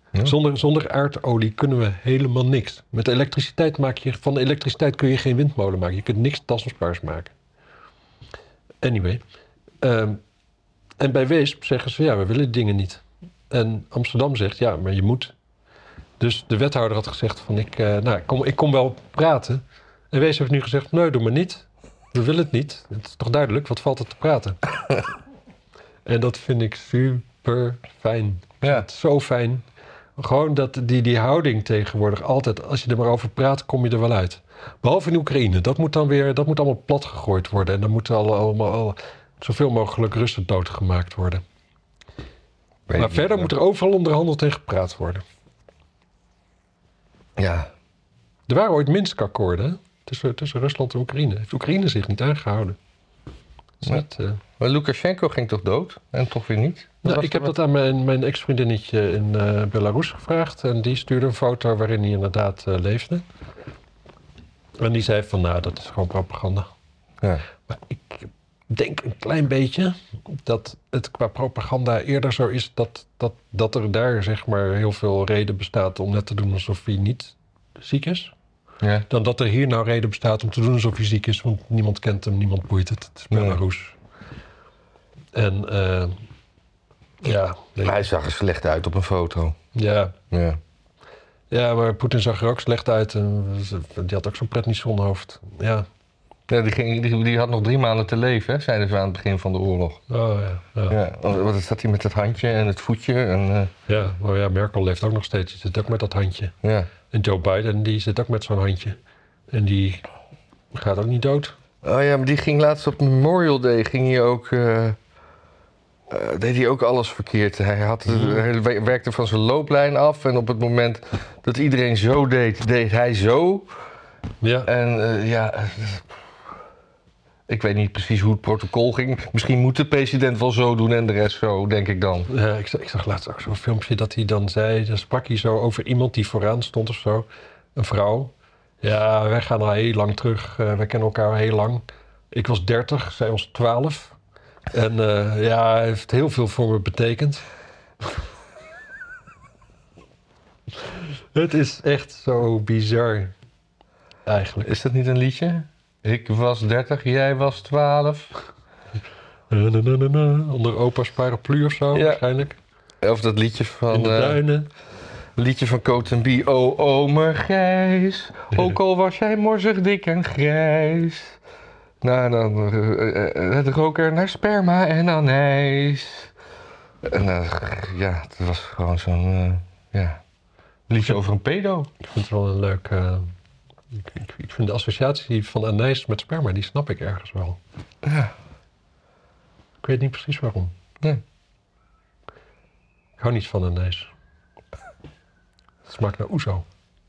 Ja. Zonder, zonder aardolie kunnen we helemaal niks. Met elektriciteit maak je... Van elektriciteit kun je geen windmolen maken. Je kunt niks tastbaars maken. Anyway. Um, en bij Weesp zeggen ze, ja, we willen die dingen niet. En Amsterdam zegt, ja, maar je moet. Dus de wethouder had gezegd van, ik, uh, nou, ik, kom, ik kom wel praten. En Weesp heeft nu gezegd, nee, doe maar niet. We willen het niet. Het is toch duidelijk, wat valt er te praten? En dat vind ik super fijn. Ja. Het is zo fijn. Gewoon dat die, die houding tegenwoordig altijd, als je er maar over praat, kom je er wel uit. Behalve in Oekraïne. Dat moet dan weer, dat moet allemaal plat gegooid worden. En dan moeten alle, allemaal al, zoveel mogelijk Russen doodgemaakt worden. Weet maar verder moet er overal onderhandeld en gepraat worden.
Ja.
Er waren ooit Minsk-akkoorden tussen, tussen Rusland en Oekraïne. Heeft Oekraïne zich niet aangehouden?
Ja. Net, uh... Maar Lukashenko ging toch dood? En toch weer niet?
Nou, ik heb dat aan mijn, mijn ex-vriendinnetje in uh, Belarus gevraagd. En die stuurde een foto waarin hij inderdaad uh, leefde. En die zei van, nou, dat is gewoon propaganda.
Ja.
Maar ik denk een klein beetje dat het qua propaganda eerder zo is... dat, dat, dat er daar, zeg maar, heel veel reden bestaat om net te doen alsof hij niet ziek is.
Ja.
Dan dat er hier nou reden bestaat om te doen alsof hij ziek is. Want niemand kent hem, niemand boeit het. Het is Belarus. Ja. En uh, ja...
Maar hij zag er slecht uit op een foto.
Ja.
Ja,
ja maar Poetin zag er ook slecht uit. En die had ook zo'n pret niet zonder hoofd. Ja.
Ja, die, ging, die, die had nog drie maanden te leven, hè, zeiden ze aan het begin van de oorlog.
Oh ja. Ja,
ja want dan zat hij met het handje en het voetje. En, uh...
Ja, maar ja, Merkel leeft ook nog steeds. Die zit ook met dat handje.
Ja.
En Joe Biden, die zit ook met zo'n handje. En die gaat ook niet dood.
Oh ja, maar die ging laatst op Memorial Day, ging hij ook... Uh... Uh, deed hij ook alles verkeerd. Hij, had, mm. hij werkte van zijn looplijn af en op het moment dat iedereen zo deed, deed hij zo.
Ja.
En uh, ja, uh, ik weet niet precies hoe het protocol ging. Misschien moet de president wel zo doen en de rest zo, denk ik dan.
Ja, ik, zag, ik zag laatst ook zo'n filmpje dat hij dan zei, dan sprak hij zo over iemand die vooraan stond of zo. Een vrouw. Ja, wij gaan al heel lang terug. Uh, wij kennen elkaar al heel lang. Ik was dertig, zij was twaalf. En uh, ja, hij heeft heel veel voor me betekend. Het is echt zo bizar, eigenlijk.
Is dat niet een liedje? Ik was dertig, jij was twaalf.
Na, na, na, na. Onder opa's paraplu of zo, ja. Waarschijnlijk.
Of dat liedje van...
In de duinen.
Uh, liedje van Coat en Bie. Oh, ome Gijs. Ook al was jij morsig, dik en grijs. Nou, dan uh, uh, het rook er naar sperma en anijs. En uh, ja, het was gewoon zo'n uh, ja, liedje over een pedo.
Ik vind het wel een leuk... Uh, ik, ik, ik vind de associatie van anijs met sperma, die snap ik ergens wel.
Ja.
Ik weet niet precies waarom.
Nee.
Ik hou niet van anijs. Het smaakt naar ouzo.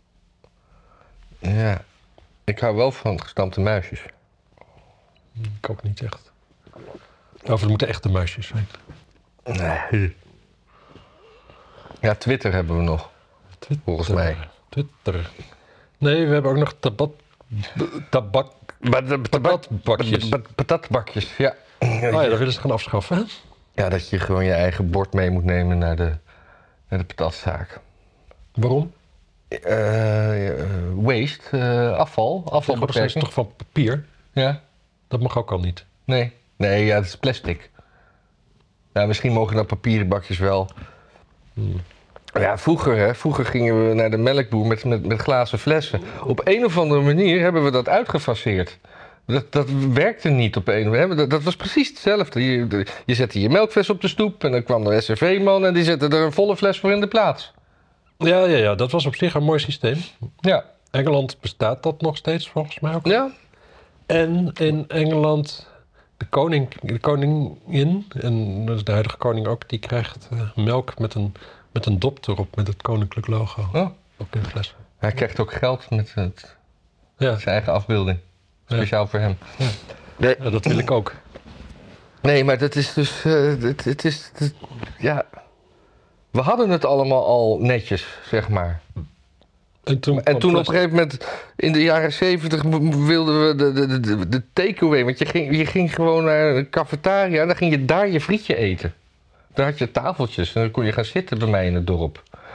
Ja, ik hou wel van gestampte muisjes.
Ik ook niet echt. Of het moeten echte muisjes zijn.
Nee. Ja, Twitter hebben we nog.
Twitter.
Volgens mij.
Twitter. Nee, we hebben ook nog tabat... Tabak... Patatbakjes.
Patatbakjes, ja.
Oh ja, dat willen ze gaan afschaffen, hè?
Ja, dat je gewoon je eigen bord mee moet nemen naar de, naar de patatzaak.
Waarom?
Uh, uh, waste, uh, afval, afvalbeperking.
Dat is toch van papier?
Ja.
Dat mag ook al niet.
Nee, nee, ja, het is plastic. Ja, misschien mogen dat papieren bakjes wel.
Hmm.
Ja, vroeger, hè, vroeger gingen we naar de melkboer met, met, met glazen flessen. Op een of andere manier hebben we dat uitgefaseerd. Dat, dat werkte niet op een of andere manier. Dat, dat was precies hetzelfde. Je, je zette je melkfles op de stoep en dan kwam de S R V-man en die zette er een volle fles voor in de plaats.
Ja, ja, ja, dat was op zich een mooi systeem.
Ja.
Engeland bestaat dat nog steeds volgens mij ook.
Ja.
En in Engeland, de koning, de koningin, en dus de huidige koning ook, die krijgt uh, melk met een, met een dop erop, met het koninklijk logo.
Oh.
Ook in de fles.
Hij krijgt ook geld met het,
ja.
zijn eigen afbeelding. Speciaal ja. voor hem.
Ja. Nee. Ja, dat wil ik ook.
Nee, maar dat is dus, uh, het, het is, het, ja... We hadden het allemaal al netjes, zeg maar.
En toen,
en toen op een gegeven moment, in de jaren zeventig, wilden we de, de, de, de takeaway. Want je ging, je ging gewoon naar de cafetaria en dan ging je daar je frietje eten. Daar had je tafeltjes en dan kon je gaan zitten bij mij in het dorp.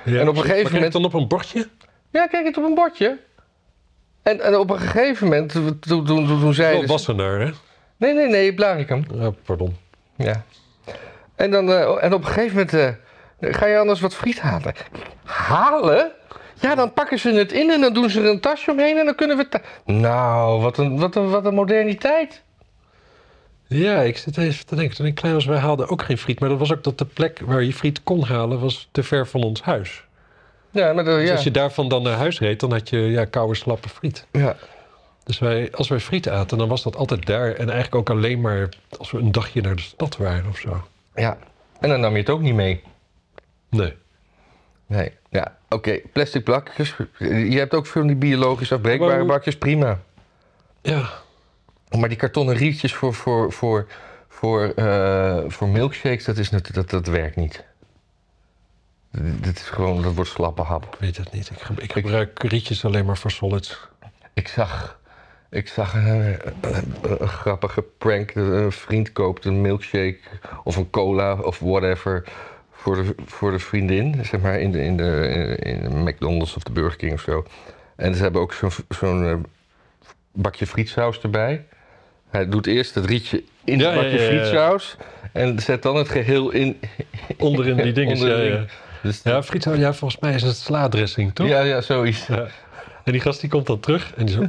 Ja,
en op een gegeven
maar
moment...
dan op een bordje?
Ja, kijk het op een bordje. En, en op een gegeven moment, toen, toen, toen, toen zei...
Wel Wassenaar, hè?
Nee, nee, nee, Blaricum.
Ja, pardon.
Ja. En, dan, uh, en op een gegeven moment uh, ga je anders wat friet halen. Halen? Ja, dan pakken ze het in en dan doen ze er een tasje omheen en dan kunnen we... Nou, wat een, wat, een, wat een moderniteit.
Ja, ik zit even te denken. Toen ik klein was, wij haalden ook geen friet. Maar dat was ook dat de plek waar je friet kon halen, was te ver van ons huis.
Ja, maar dat,
Dus
ja.
als je daarvan dan naar huis reed, dan had je ja, koude, slappe friet.
Ja.
Dus wij, als wij friet aten, dan was dat altijd daar. En eigenlijk ook alleen maar als we een dagje naar de stad waren of zo.
Ja, en dan nam je het ook niet mee.
Nee.
Nee, ja, oké. Okay. Plastic bakjes. Je hebt ook veel van die biologisch afbreekbare
Maar,
bakjes, prima.
Ja.
Maar die kartonnen rietjes voor, voor, voor, voor, uh, voor milkshakes, dat, is, dat, dat, dat werkt niet. Dat is gewoon, dat wordt slappe hap.
Ik weet het niet. Ik, ge- ik gebruik rietjes alleen maar voor solids.
Ik zag, ik zag een, een, een, een grappige prank. Een vriend koopt een milkshake of een cola of whatever voor de, voor de vriendin. Zeg maar in de, in, de, in de McDonald's of de Burger King of zo. En ze hebben ook zo'n, zo'n uh, bakje frietsaus erbij. Hij doet eerst het rietje in
Ja,
het bakje
ja, ja, ja.
frietsaus. En zet dan het geheel in...
Onderin die dingen.
Onderin.
Ja, ja.
Dus
Ja, frietsaus, ja, volgens mij is het slaadressing, toch?
ja, ja, zoiets.
Ja. En die gast die komt dan terug en die zo...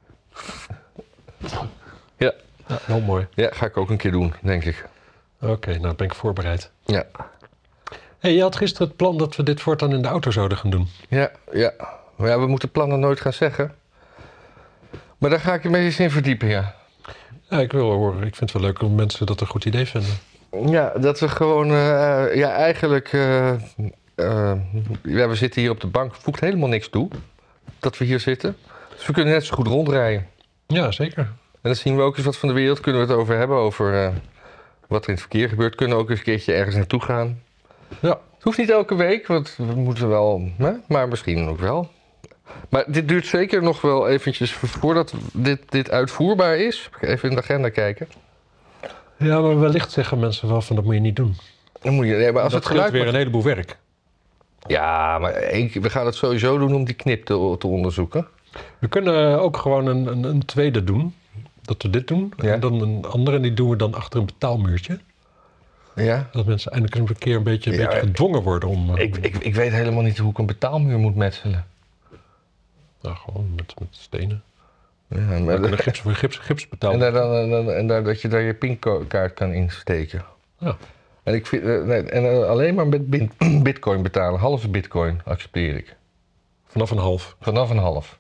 Ja.
Ja, heel mooi.
Ja, ga ik ook een keer doen, denk ik.
Oké, okay, nou ben ik voorbereid.
Ja.
Hey, je had gisteren het plan dat we dit voortaan in de auto zouden gaan doen.
Ja, ja. Maar ja, we moeten plannen nooit gaan zeggen. Maar daar ga ik je mee eens in verdiepen, ja.
Ja, ik wil horen. Ik vind het wel leuk om mensen dat een goed idee vinden.
Ja, dat we gewoon, uh, ja, eigenlijk... Uh, uh, ja, we zitten hier op de bank, voegt helemaal niks toe dat we hier zitten. Dus we kunnen net zo goed rondrijden.
Ja, zeker.
En dan zien we ook eens wat van de wereld, kunnen we het over hebben, over uh, wat er in het verkeer gebeurt. Kunnen we ook eens een keertje ergens naartoe gaan.
Ja.
Het hoeft niet elke week, want we moeten wel, hè? Maar misschien ook wel. Maar dit duurt zeker nog wel eventjes voordat dit, dit uitvoerbaar is. Even in de agenda kijken.
Ja, maar wellicht zeggen mensen wel van dat moet je niet doen.
Dan moet je, nee, maar als
dat
het geluid
weer
maar...
een heleboel werk.
Ja, maar één keer- we gaan het sowieso doen om die knip te, te onderzoeken.
We kunnen ook gewoon een, een, een tweede doen. Dat we dit doen.
Ja.
En dan een andere en die doen we dan achter een betaalmuurtje.
Ja?
Dat mensen eindelijk eens een keer een beetje, een
Ja,
beetje gedwongen worden om... uh,
Ik, ik, ik weet helemaal niet hoe ik een betaalmuur moet metselen.
Nou, gewoon met, met stenen.
Ja,
We
maar
kunnen gips, voor gips, gips
en
betalen.
daar dan, en dan- en daar, dat je daar je pinkaart kan insteken.
Ja.
En, ik vind, eh, nee, en eh, alleen maar met bin- bitcoin betalen. Halve bitcoin accepteer ik.
Vanaf een half.
Vanaf een half.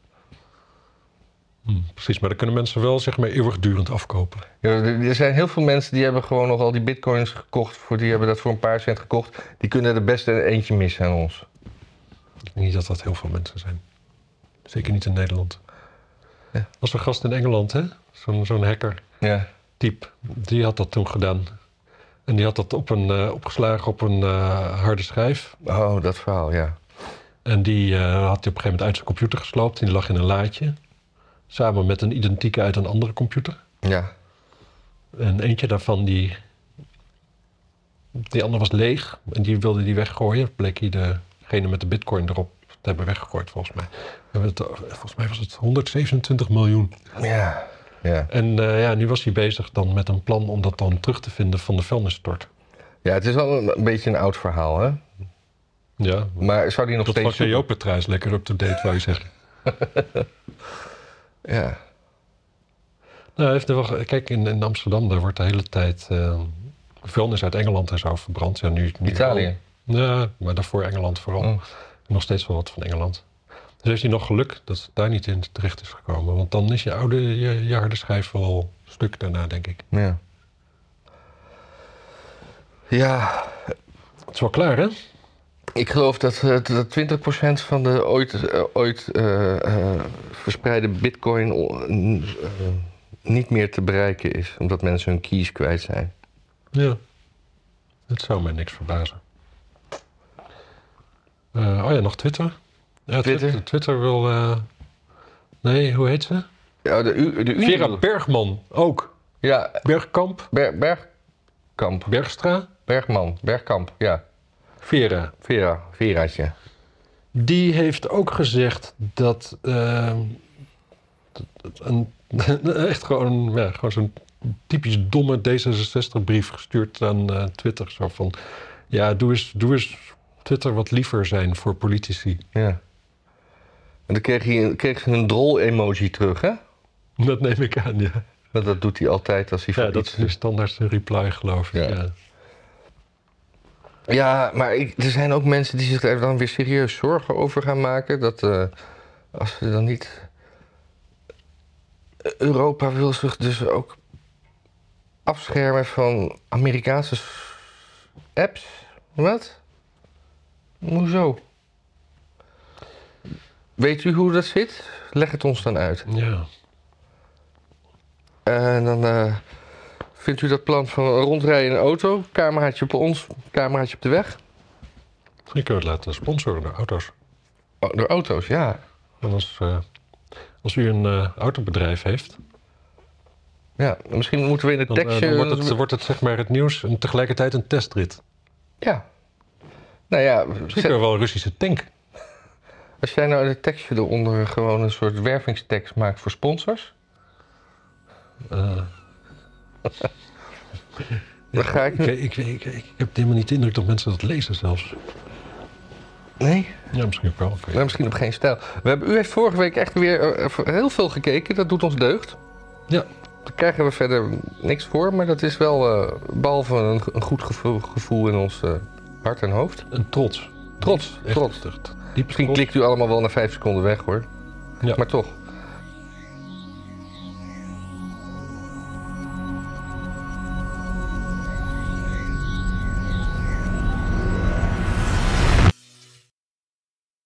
Hm, precies, maar dan kunnen mensen wel zeg maar eeuwigdurend afkopen.
Ja, er er zijn heel veel mensen die hebben gewoon nog al die bitcoins gekocht. Voor, die hebben dat voor een paar cent gekocht. Die kunnen er best een eentje missen aan ons.
Ik denk niet dat dat heel veel mensen zijn. Zeker niet in Nederland.
Ja.
Er was een gast in Engeland, hè? Zo'n zo'n hacker
Ja.
type. Die had dat toen gedaan. En die had dat op een, uh, opgeslagen op een uh, harde schijf.
Oh, dat verhaal, ja.
En die uh, had hij op een gegeven moment uit zijn computer gesloopt. Die lag in een laadje. Samen met een identieke uit een andere computer.
Ja.
En eentje daarvan, die, die andere was leeg. En die wilde die weggooien. Bleek hij degene met de bitcoin erop te hebben weggegooid, volgens mij. We hebben het, volgens mij was het honderdzevenentwintig miljoen.
Ja. Ja.
En uh, ja, nu was hij bezig dan met een plan om dat dan terug te vinden van de vuilnisstort.
Ja, het is wel een, een beetje een oud verhaal, hè?
Ja,
Maar zou die nog
dat
steeds
was
zoeken?
Jopetra is lekker up-to-date, wou je zeggen.
Ja.
Nou, hij heeft er wel, kijk, in, in Amsterdam daar wordt de hele tijd uh, vuilnis uit Engeland en zo verbrand. Ja, nu, nu
Italië?
Al, ja, maar daarvoor Engeland vooral.
Oh.
Nog steeds wel wat van Engeland. Dus heeft hij nog geluk dat het daar niet in terecht is gekomen. Want dan is je oude, je, je harde schijf wel stuk daarna, denk ik.
Ja. Ja.
Het is wel klaar, hè?
Ik geloof dat, uh, dat twintig procent van de ooit, uh, ooit uh, uh, verspreide bitcoin uh, niet meer te bereiken is. Omdat mensen hun keys kwijt zijn.
Ja. Het zou mij niks verbazen. Uh, oh ja, nog Twitter. Ja,
Twitter?
Twitter, Twitter wil... Uh, nee, hoe heet ze?
Ja, de, U, de Unie.
Vera Bergman, ook.
Ja,
Bergkamp.
Ber, Bergkamp.
Bergstra.
Bergman. Bergkamp, ja.
Vera.
Vera. Veraatje.
Die heeft ook gezegd dat... Uh, een, echt gewoon, ja, gewoon zo'n typisch domme D zesenzestig-brief gestuurd aan uh, Twitter. Zo van, ja, doe eens, doe eens Twitter wat liever zijn voor politici.
Ja. En dan kreeg hij, kreeg hij een drol-emoji terug, hè?
Dat neem ik aan, ja.
Maar dat doet hij altijd als hij van
ja, dat
iets...
is standaard een reply, geloof ik. Ja,
ja. ja maar ik, er zijn ook mensen die zich er dan weer serieus zorgen over gaan maken. Dat uh, als ze dan niet... Europa wil zich dus ook afschermen van Amerikaanse apps. Wat? Hoezo? Weet u hoe dat zit? Leg het ons dan uit.
Ja.
En dan uh, vindt u dat plan van rondrijden in een auto, cameraatje op ons, cameraatje op de weg?
Je kunt het laten sponsoren door auto's.
Oh, door auto's, ja.
En als, uh, als u een uh, autobedrijf heeft...
Ja, misschien moeten we in de
dan,
tekstje...
Uh, dan wordt het, wordt het zeg maar het nieuws en tegelijkertijd een testrit.
Ja. Nou ja...
Misschien zet... wel een Russische tank.
Als jij nou in de tekstje eronder gewoon een soort wervingstekst maakt voor sponsors...
Uh.
Dan ga ik...
Ik, ik, ik, ik, ik heb helemaal niet de indruk dat mensen dat lezen zelfs.
Nee?
Ja, misschien ook wel.
Nou, misschien op geen stijl. We hebben, u heeft vorige week echt weer uh, heel veel gekeken. Dat doet ons deugd.
Ja.
Daar krijgen we verder niks voor. Maar dat is wel, uh, behalve een, een goed gevoel, gevoel in ons uh, hart en hoofd.
Een trots.
Trots,
Echt,
trots.
Echt,
Misschien klikt u allemaal wel na vijf seconden weg, hoor.
Ja.
Maar toch.